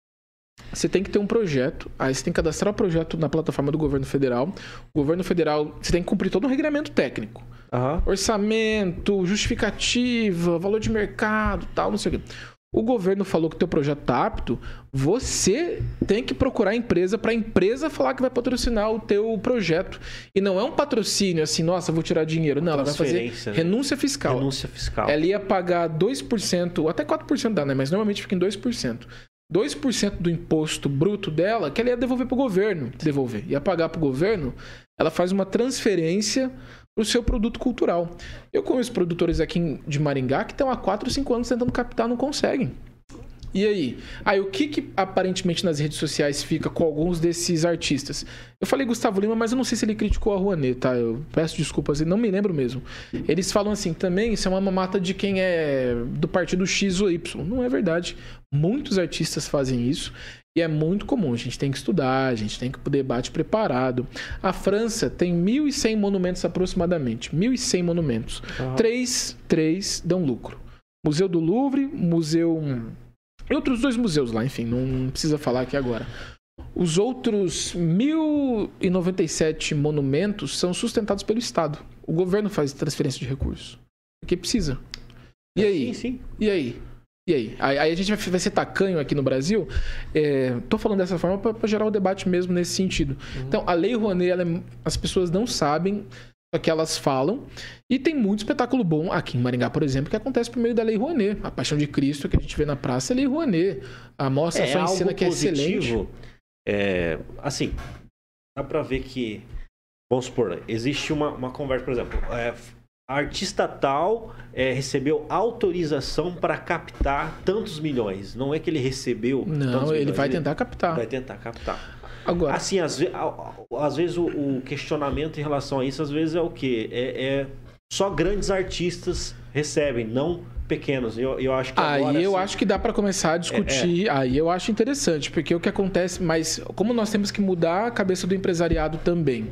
você tem que ter um projeto, aí você tem que cadastrar o projeto na plataforma do governo federal. O governo federal, você tem que cumprir todo um regramento técnico. Uhum. Orçamento, justificativa, valor de mercado, tal, não sei o quê. O governo falou que o teu projeto está apto, você tem que procurar a empresa para a empresa falar que vai patrocinar o teu projeto. E não é um patrocínio assim, nossa, vou tirar dinheiro. Não, ela vai fazer renúncia fiscal. Renúncia fiscal. Ela ia pagar 2%, até 4% dá, né? Mas normalmente fica em 2%. 2% do imposto bruto dela, que ela ia devolver para o governo. Ia pagar para o governo, ela faz uma transferência para o seu produto cultural. Eu conheço produtores aqui de Maringá que estão há 4 ou 5 anos tentando captar, não conseguem. E aí? O que aparentemente nas redes sociais fica com alguns desses artistas? Eu falei Gustavo Lima, mas eu não sei se ele criticou a Rouanet, tá? Eu peço desculpas, não me lembro mesmo. Eles falam assim, também isso é uma mamata de quem é do partido X ou Y. Não é verdade. Muitos artistas fazem isso e é muito comum. A gente tem que estudar, a gente tem que ir pro debate preparado. A França tem 1.100 monumentos aproximadamente. 1.100 monumentos. Uhum. 3 dão lucro. Museu do Louvre, Museu... E outros 2 museus lá, enfim, não precisa falar aqui agora. Os outros 1.097 monumentos são sustentados pelo Estado. O governo faz transferência de recursos. Porque precisa. E aí? Sim. E aí? Aí a gente vai ser tacanho aqui no Brasil. Tô falando dessa forma para gerar o debate mesmo nesse sentido. Uhum. Então, a Lei Rouanet, as pessoas não sabem, só que elas falam. E tem muito espetáculo bom aqui em Maringá, por exemplo, que acontece por meio da Lei Rouanet. A Paixão de Cristo que a gente vê na praça é Lei Rouanet. A Mostra Só em Cena que é excelente. Assim, dá pra ver que, vamos supor, existe uma conversa, por exemplo, a artista tal recebeu autorização para captar tantos milhões. Não é que ele recebeu tantos milhões. Não, ele vai tentar captar. Vai tentar captar. Agora, assim, às vezes o questionamento em relação a isso, às vezes é o quê? Só grandes artistas recebem, não pequenos. Eu acho que agora, eu acho que dá para começar a discutir. Aí eu acho interessante, porque o que acontece, mas como nós temos que mudar a cabeça do empresariado também.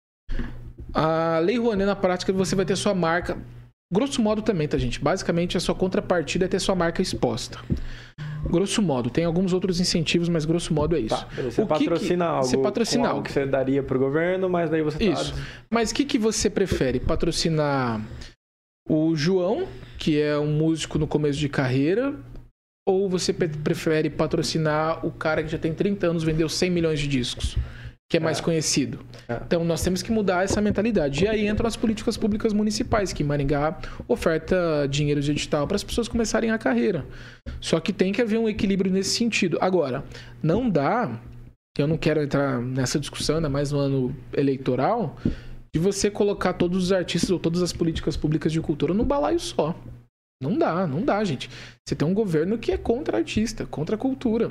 A Lei Rouanet, na prática, você vai ter sua marca, grosso modo também, tá, gente? Basicamente, a sua contrapartida é ter sua marca exposta. Grosso modo. Tem alguns outros incentivos, mas grosso modo é isso. Tá, você patrocina algo. Você patrocina algo que você daria pro governo, mas daí você Isso. Mas o que você prefere? Patrocinar o João, que é um músico no começo de carreira, ou você prefere patrocinar o cara que já tem 30 anos, vendeu 100 milhões de discos? que é mais conhecido. Então, nós temos que mudar essa mentalidade. E aí entram as políticas públicas municipais, que em Maringá oferta dinheiro de edital para as pessoas começarem a carreira. Só que tem que haver um equilíbrio nesse sentido. Agora, não dá, eu não quero entrar nessa discussão, ainda mais no ano eleitoral, de você colocar todos os artistas ou todas as políticas públicas de cultura no balaio só. Não dá, gente. Você tem um governo que é contra artista, contra a cultura.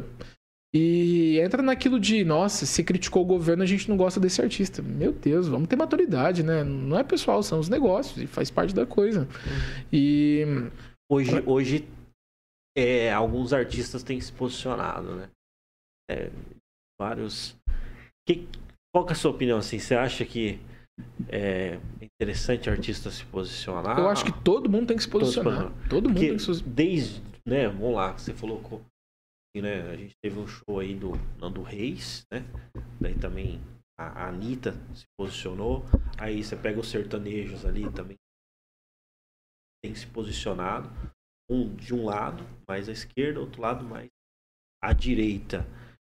E entra naquilo de, nossa, se criticou o governo, a gente não gosta desse artista. Meu Deus, vamos ter maturidade, né? Não é pessoal, são os negócios e faz parte da coisa. E hoje alguns artistas têm se posicionado, né? Vários. Qual que é a sua opinião, assim? Você acha que é interessante o artista se posicionar? Eu acho que todo mundo tem que se posicionar. Todo mundo tem que se posicionar. Desde, né, vamos lá, você falou né, a gente teve um show aí do Nando Reis, né? Daí também a Anitta se posicionou. Aí você pega os sertanejos ali também. Tem se posicionado. De um lado mais à esquerda, outro lado mais à direita.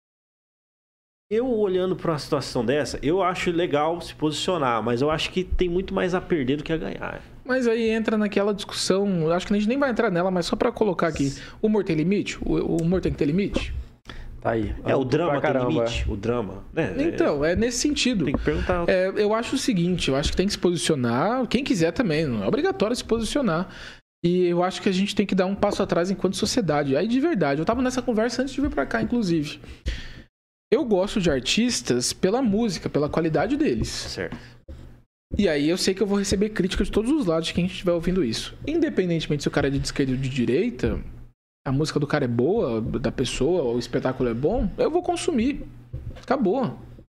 Eu olhando para uma situação dessa, eu acho legal se posicionar, mas eu acho que tem muito mais a perder do que a ganhar. Mas aí entra naquela discussão, eu acho que a gente nem vai entrar nela, mas só para colocar aqui, o humor tem limite? O humor tem que ter limite? Tá aí. O drama tem limite? O drama, né? Então, é nesse sentido. Tem que perguntar. Eu acho o seguinte, eu acho que tem que se posicionar, quem quiser também, não é obrigatório se posicionar. E eu acho que a gente tem que dar um passo atrás enquanto sociedade. Aí, de verdade, eu tava nessa conversa antes de vir para cá, inclusive. Eu gosto de artistas pela música, pela qualidade deles. Certo. E aí eu sei que eu vou receber críticas de todos os lados de quem estiver ouvindo isso. Independentemente se o cara é de esquerda ou de direita, a música do cara é boa, da pessoa, o espetáculo é bom, eu vou consumir. Acabou.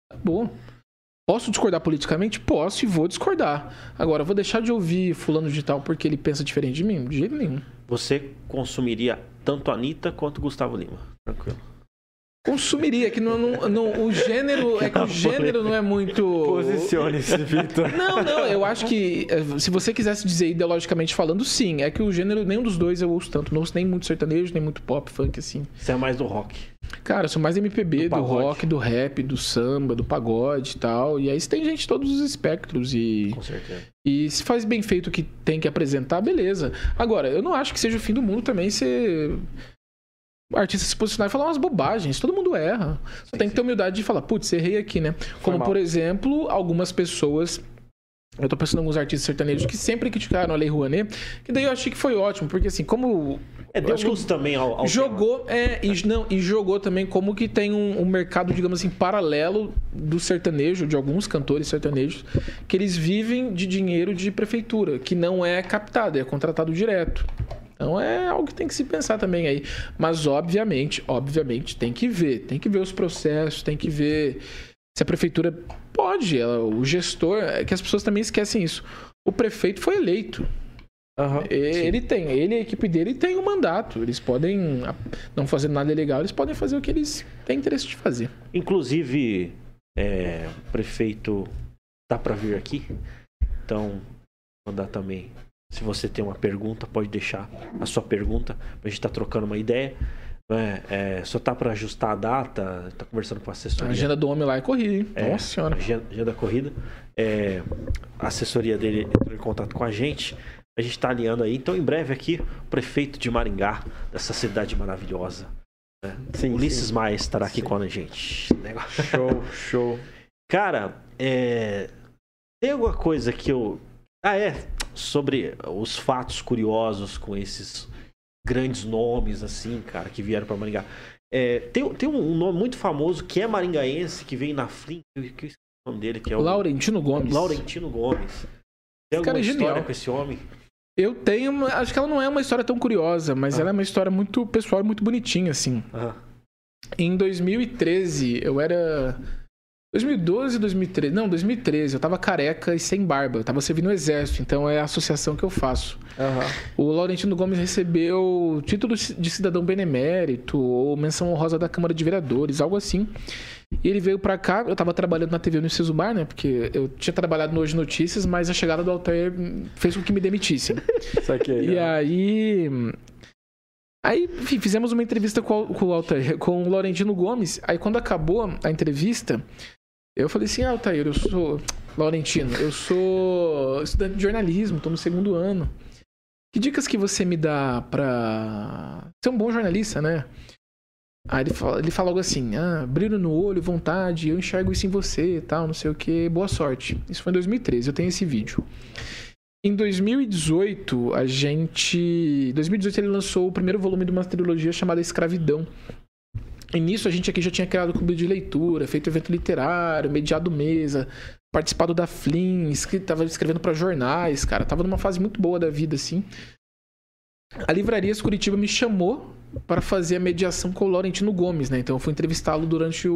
Posso discordar politicamente? Posso e vou discordar. Agora, eu vou deixar de ouvir fulano de tal porque ele pensa diferente de mim? De jeito nenhum. Você consumiria tanto a Anitta quanto Gustavo Lima? Tranquilo. Consumiria, que o gênero é que o gênero não é muito... Posicione-se, Vitor. Não, eu acho que se você quisesse dizer ideologicamente falando, sim. É que o gênero, nenhum dos dois eu ouço tanto. Não ouço nem muito sertanejo, nem muito pop, funk, assim. Você é mais do rock? Cara, eu sou mais do MPB, do rock, do rap, do samba, do pagode e tal. E aí você tem gente de todos os espectros e... Com certeza. E se faz bem feito o que tem que apresentar, beleza. Agora, eu não acho que seja o fim do mundo também ser... O artista se posicionar e falar umas bobagens. Todo mundo erra. Só tem que ter humildade de falar, putz, errei aqui, né? Como, por exemplo, algumas pessoas... Eu tô pensando em alguns artistas sertanejos que sempre criticaram a Lei Rouanet, que daí eu achei que foi ótimo, porque assim, como... deu luz também ao jogou, e jogou também como que tem um mercado, digamos assim, paralelo do sertanejo, de alguns cantores sertanejos, que eles vivem de dinheiro de prefeitura, que não é captado, é contratado direto. Então é algo que tem que se pensar também aí. Mas obviamente, tem que ver os processos, tem que ver se a prefeitura pode, o gestor, que as pessoas também esquecem isso. O prefeito foi eleito. Ele e a equipe dele tem um mandato. Eles podem, não fazer nada ilegal, eles podem fazer o que eles têm interesse de fazer. Inclusive, o prefeito tá para vir aqui, então mandar também. Se você tem uma pergunta, pode deixar a sua pergunta, pra gente tá trocando uma ideia. Só tá para ajustar a data, tá conversando com a assessoria. A agenda do homem lá é corrida, hein? Nossa senhora. Agenda corrida. A assessoria dele entrou em contato com a gente tá alinhando aí. Então, em breve aqui, o prefeito de Maringá, dessa cidade maravilhosa, né? Ulisses Maia estará aqui com a gente. Show. Cara, tem alguma coisa que eu... sobre os fatos curiosos com esses grandes nomes, assim, cara, que vieram pra Maringá. Tem um nome muito famoso que é maringaense, que vem na Flink, que eu esqueci o nome dele, que é o... Laurentino Gomes. Tem alguma história com esse homem? Eu tenho, acho que ela não é uma história tão curiosa, mas ela é uma história muito pessoal e muito bonitinha, assim. Em 2013, eu era... 2012, 2013... Não, 2013. Eu tava careca e sem barba. Eu tava servindo no exército, então é a associação que eu faço. O Laurentino Gomes recebeu título de cidadão benemérito ou menção honrosa da Câmara de Vereadores, algo assim. E ele veio pra cá, eu tava trabalhando na TV no Cesumar, né? Porque eu tinha trabalhado no Hoje Notícias, mas a chegada do Altair fez com que me demitissem. E aí, enfim, fizemos uma entrevista com o Laurentino Gomes. Aí quando acabou a entrevista, Eu falei assim, Altair, eu sou... Laurentino, eu sou estudante de jornalismo, tô no 2º ano. Que dicas que você me dá pra ser um bom jornalista, né? Aí ele fala algo assim, brilho no olho, vontade, eu enxergo isso em você e tal, não sei o que, boa sorte. Isso foi em 2013, eu tenho esse vídeo. Em 2018, em 2018 ele lançou o primeiro volume de uma trilogia chamada Escravidão. E nisso a gente aqui já tinha criado clube de leitura, feito evento literário, mediado mesa, participado da Flim, tava escrevendo para jornais, cara. Tava numa fase muito boa da vida, assim. A Livrarias Curitiba me chamou para fazer a mediação com o Laurentino Gomes, né? Então eu fui entrevistá-lo durante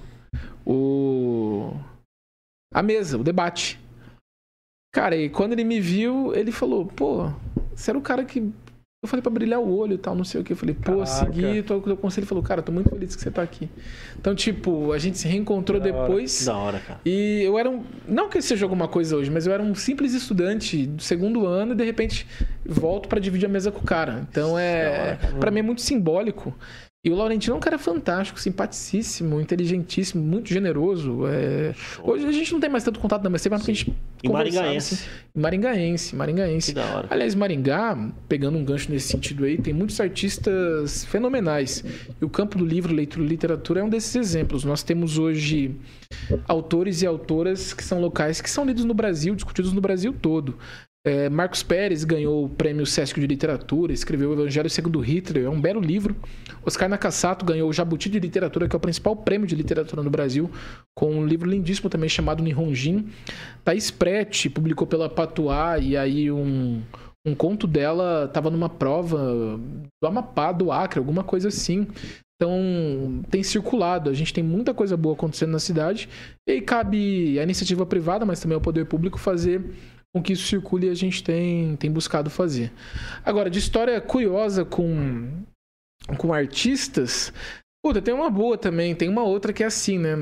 a mesa, o debate. Cara, e quando ele me viu, ele falou, pô, você era o cara que... Eu falei pra brilhar o olho e tal, não sei o que. Eu falei, pô, segui o conselho. Ele falou, cara, tô muito feliz que você tá aqui. Então, tipo, a gente se reencontrou depois. Da hora, cara. E eu era não que seja alguma coisa hoje, mas eu era um simples estudante do 2º ano e, de repente, volto pra dividir a mesa com o cara. Então, pra mim é muito simbólico. E o Laurentino é um cara fantástico, simpaticíssimo, inteligentíssimo, muito generoso. Hoje a gente não tem mais tanto contato, não, mas sempre que a gente Maringaense. Assim. Maringaense. Que da hora. Aliás, Maringá, pegando um gancho nesse sentido aí, tem muitos artistas fenomenais. E o campo do livro, leitura e literatura é um desses exemplos. Nós temos hoje autores e autoras que são locais, que são lidos no Brasil, discutidos no Brasil todo. Marcos Pérez ganhou o prêmio Sesc de Literatura, escreveu o Evangelho segundo Hitler, é um belo livro. Oscar Nakasato ganhou o Jabuti de Literatura, que é o principal prêmio de literatura no Brasil, com um livro lindíssimo também chamado Nihonjin. Thaís Prete publicou pela Patuá, e aí um conto dela estava numa prova do Amapá, do Acre, alguma coisa assim. Então, tem circulado. A gente tem muita coisa boa acontecendo na cidade. E aí cabe à iniciativa privada, mas também ao poder público fazer com que isso circule, e a gente tem buscado fazer. Agora, de história curiosa com artistas, puta, tem uma boa também, tem uma outra que é assim, né?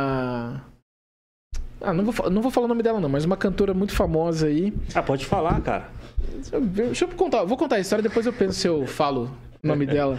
Não vou falar o nome dela não, mas uma cantora muito famosa aí. Pode falar, cara. Deixa eu contar, vou contar a história, depois eu penso se eu falo o nome dela.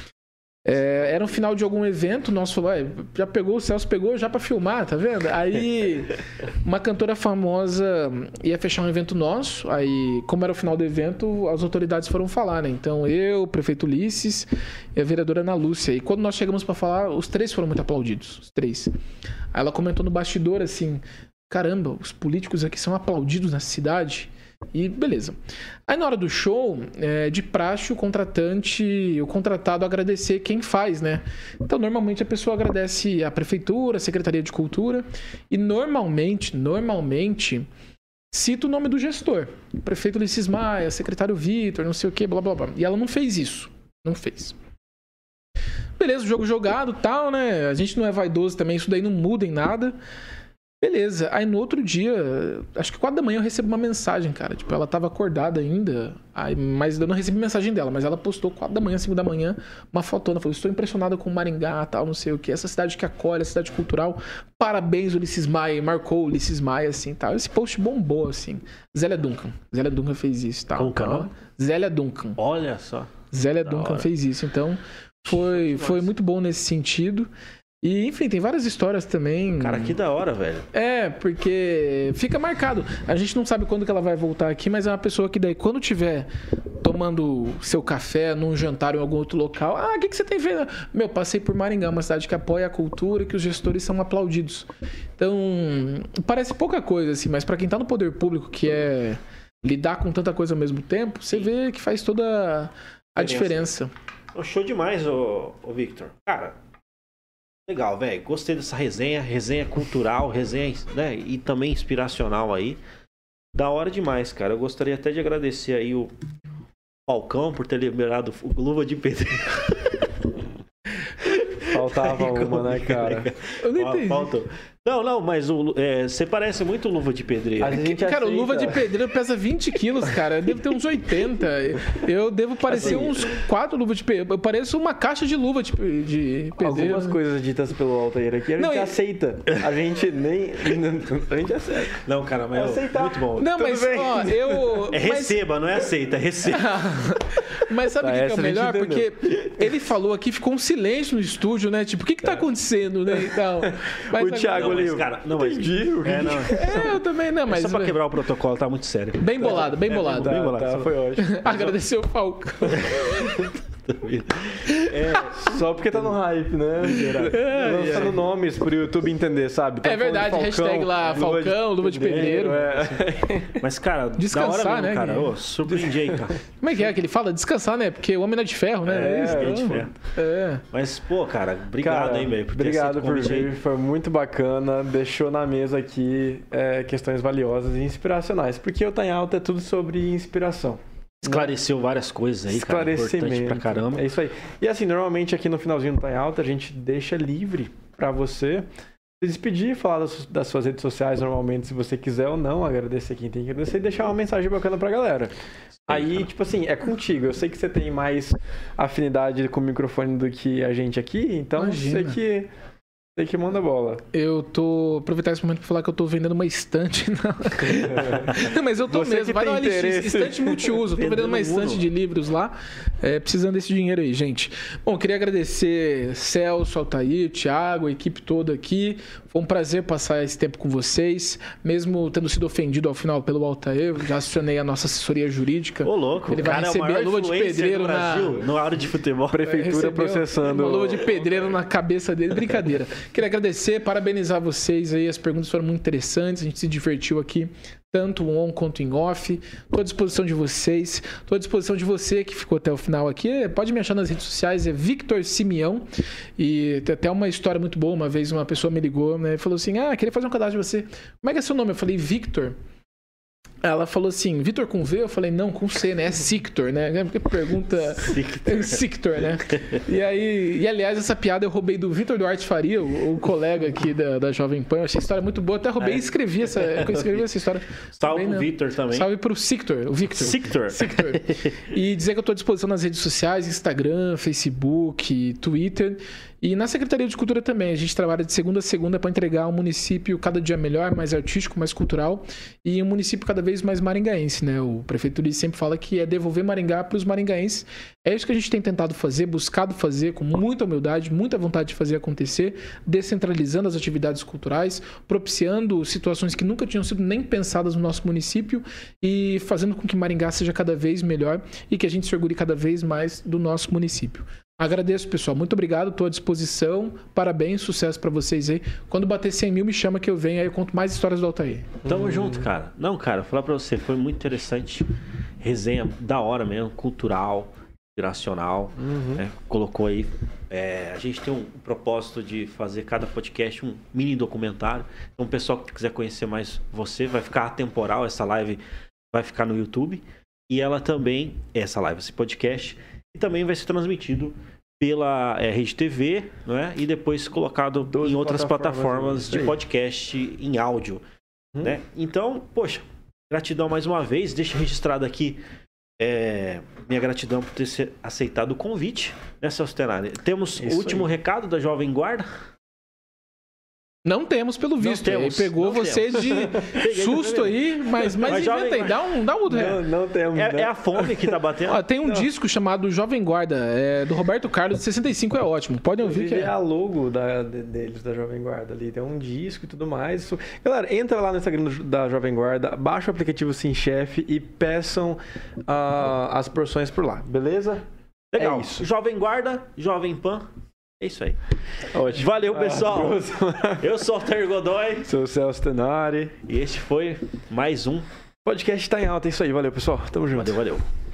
Era um final de algum evento, nós falamos, o Celso pegou já pra filmar, tá vendo? Aí uma cantora famosa ia fechar um evento nosso, aí como era o final do evento, as autoridades foram falar, né? Então eu, o prefeito Ulisses e a vereadora Ana Lúcia. E quando nós chegamos pra falar, os 3 foram muito aplaudidos, os 3. Aí ela comentou no bastidor assim, caramba, os políticos aqui são aplaudidos nessa cidade. E beleza. Aí na hora do show, de praxe, o contratado agradecer quem faz, né? Então normalmente a pessoa agradece a prefeitura, a Secretaria de Cultura e normalmente cita o nome do gestor. O prefeito Ulisses Maia, secretário Vitor, não sei o que, blá blá blá. E ela não fez isso. Não fez. Beleza, o jogo jogado, tal, né? A gente não é vaidoso também, isso daí não muda em nada. Beleza, aí no outro dia, acho que 4 da manhã eu recebo uma mensagem, cara. Tipo, ela tava acordada ainda, mas eu não recebi mensagem dela, mas ela postou 4 da manhã, 5 da manhã, uma fotona. Falou, estou impressionada com Maringá, tal, não sei o que. Essa cidade que acolhe, essa cidade cultural. Parabéns, Ulisses Maia. Marcou o Ulisses Maia, assim, tal. Esse post bombou, assim. Zélia Duncan fez isso, tal. Como? Zélia Duncan. Olha só. Zélia Duncan fez isso, então foi muito bom nesse sentido. E, enfim, tem várias histórias também. Cara, que da hora, velho. Porque fica marcado. A gente não sabe quando que ela vai voltar aqui, mas é uma pessoa que daí, quando tiver tomando seu café num jantar ou em algum outro local, o que você tem feito? Passei por Maringá, uma cidade que apoia a cultura e que os gestores são aplaudidos. Então, parece pouca coisa, assim, mas pra quem tá no poder público, que é lidar com tanta coisa ao mesmo tempo, você vê que faz toda a diferença. Show demais, ô Victor. Cara, legal, velho. Gostei dessa resenha cultural, resenha, né? E também inspiracional aí. Da hora demais, cara. Eu gostaria até de agradecer aí o Falcão por ter liberado o Luva de Pedreiro. Faltava uma, né, cara? Eu não entendi. Faltou. Não, mas você parece muito Luva de Pedreiro. Cara, o Luva de Pedreiro pesa 20 quilos, cara. Eu devo ter uns 80. Eu devo parecer uns 4 luvas de pedreiro. Eu pareço uma caixa de luva de pedreiro. Algumas coisas ditas pelo Altair aqui a gente aceita. A gente nem... A gente aceita. Não, cara, mas muito bom. Não, mas ó, eu... receba, não é aceita, é receba. Mas sabe o que é o melhor? Porque ele falou aqui, ficou um silêncio no estúdio, né? Tipo, o que tá acontecendo, né? Então, o Thiago falei, cara, não, mas... entendi. Eu também não, mas... Só pra quebrar o protocolo, tá muito sério. Bem bolado, bem bolado. Bem bolado. Tá, foi ótimo. Agradecer o Falcão. Só porque tá no hype, né? Lançando nomes pro YouTube entender, sabe? É verdade, Falcão, hashtag lá, Falcão, Luva de Pedreiro. Mas, cara, descansar, da hora mesmo, né? Cara. Oh, surpreendi aí, cara. Como é que ele fala? Descansar, né? Porque o homem não é de ferro, né? É de ferro. Mas, pô, cara, obrigado aí, velho. Obrigado por vir, foi muito bacana. Deixou na mesa aqui questões valiosas e inspiracionais. Porque o Tá em Alta é tudo sobre inspiração. Esclareceu várias coisas aí, cara. Importante pra caramba. É isso aí. E assim, normalmente aqui no finalzinho do Tá em Alta, a gente deixa livre pra você se despedir, falar das suas redes sociais normalmente, se você quiser ou não, agradecer quem tem que agradecer e deixar uma mensagem bacana pra galera. Aí, tipo assim, é contigo. Eu sei que você tem mais afinidade com o microfone do que a gente aqui, então sei que manda bola. Eu tô... Aproveitar esse momento pra falar que eu tô vendendo uma estante. Não, mas eu tô você mesmo. Vai no LX, estante multiuso. Eu tô vendendo uma estante de livros lá. Precisando desse dinheiro aí, gente. Bom, queria agradecer Celso, Altair, Thiago, a equipe toda aqui. Foi um prazer passar esse tempo com vocês. Mesmo tendo sido ofendido ao final pelo Altair, já acionei a nossa assessoria jurídica. Ô, louco. Ele vai receber a luva de pedreiro no Brasil, no área de futebol. Prefeitura processando. Uma luva de pedreiro na cabeça dele. Brincadeira. Queria agradecer, parabenizar vocês aí. As perguntas foram muito interessantes. A gente se divertiu aqui, tanto on quanto em off. Estou à disposição de vocês. Estou à disposição de você que ficou até o final aqui. Pode me achar nas redes sociais, é Victor Simeão. E tem até uma história muito boa. Uma vez uma pessoa me ligou, né, e falou assim: queria fazer um cadastro de você. Como é que é seu nome? Eu falei, Victor. Ela falou assim, Vitor com V? Eu falei, não, com C, né? É Sictor, né? Porque pergunta... Sictor, né? E aliás, essa piada eu roubei do Vitor Duarte Faria, o colega aqui da Jovem Pan. Eu achei a história muito boa. Até roubei e escrevi essa história. Salve pro Vitor também. Salve pro Sictor, o Victor. Sictor. E dizer que eu estou à disposição nas redes sociais, Instagram, Facebook, Twitter. E na Secretaria de Cultura também. A gente trabalha de segunda a segunda para entregar um município cada dia melhor, mais artístico, mais cultural e um município cada vez mais maringaense, né? O prefeito Luiz sempre fala que é devolver Maringá para os maringaenses. É isso que a gente tem tentado fazer, buscado fazer com muita humildade, muita vontade de fazer acontecer, descentralizando as atividades culturais, propiciando situações que nunca tinham sido nem pensadas no nosso município e fazendo com que Maringá seja cada vez melhor e que a gente se orgulhe cada vez mais do nosso município. Agradeço, pessoal. Muito obrigado. Estou à disposição. Parabéns, sucesso para vocês aí. Quando bater 100 mil, me chama que eu venho aí. Eu conto mais histórias do Altair. Tamo junto, cara. Não, cara, vou falar para você. Foi muito interessante. Resenha da hora mesmo. Cultural, inspiracional. Né? Colocou aí. A gente tem um propósito de fazer cada podcast um mini documentário. Então, o pessoal que quiser conhecer mais você, vai ficar atemporal. Essa live vai ficar no YouTube. E ela também, essa live, esse podcast... E também vai ser transmitido pela Rede TV, né? E depois colocado em outras plataformas de podcast em áudio. Né? Então, poxa, gratidão mais uma vez. Deixa registrado aqui minha gratidão por ter aceitado o convite, né, Celso Tenari? Temos o último recado da Jovem Guarda? Não temos, pelo visto. Ele pegou vocês de susto aí, mas inventa aí, dá um outro recado. Não temos. É a fome que tá batendo. Ó, tem um disco chamado Jovem Guarda, do Roberto Carlos, de 65, é ótimo. Podem ouvir. É a logo deles, da Jovem Guarda ali. Tem um disco e tudo mais. Galera, entra lá no Instagram da Jovem Guarda, baixa o aplicativo Sim Chef e peçam as porções por lá, beleza? Legal. É isso. Jovem Guarda, Jovem Pan. É isso aí. Ótimo. Valeu, pessoal. Eu sou o Altair Godoy. Sou o Celso Tenari. E este foi mais um podcast Tá em Alta. É isso aí. Valeu, pessoal. Tamo junto. Valeu.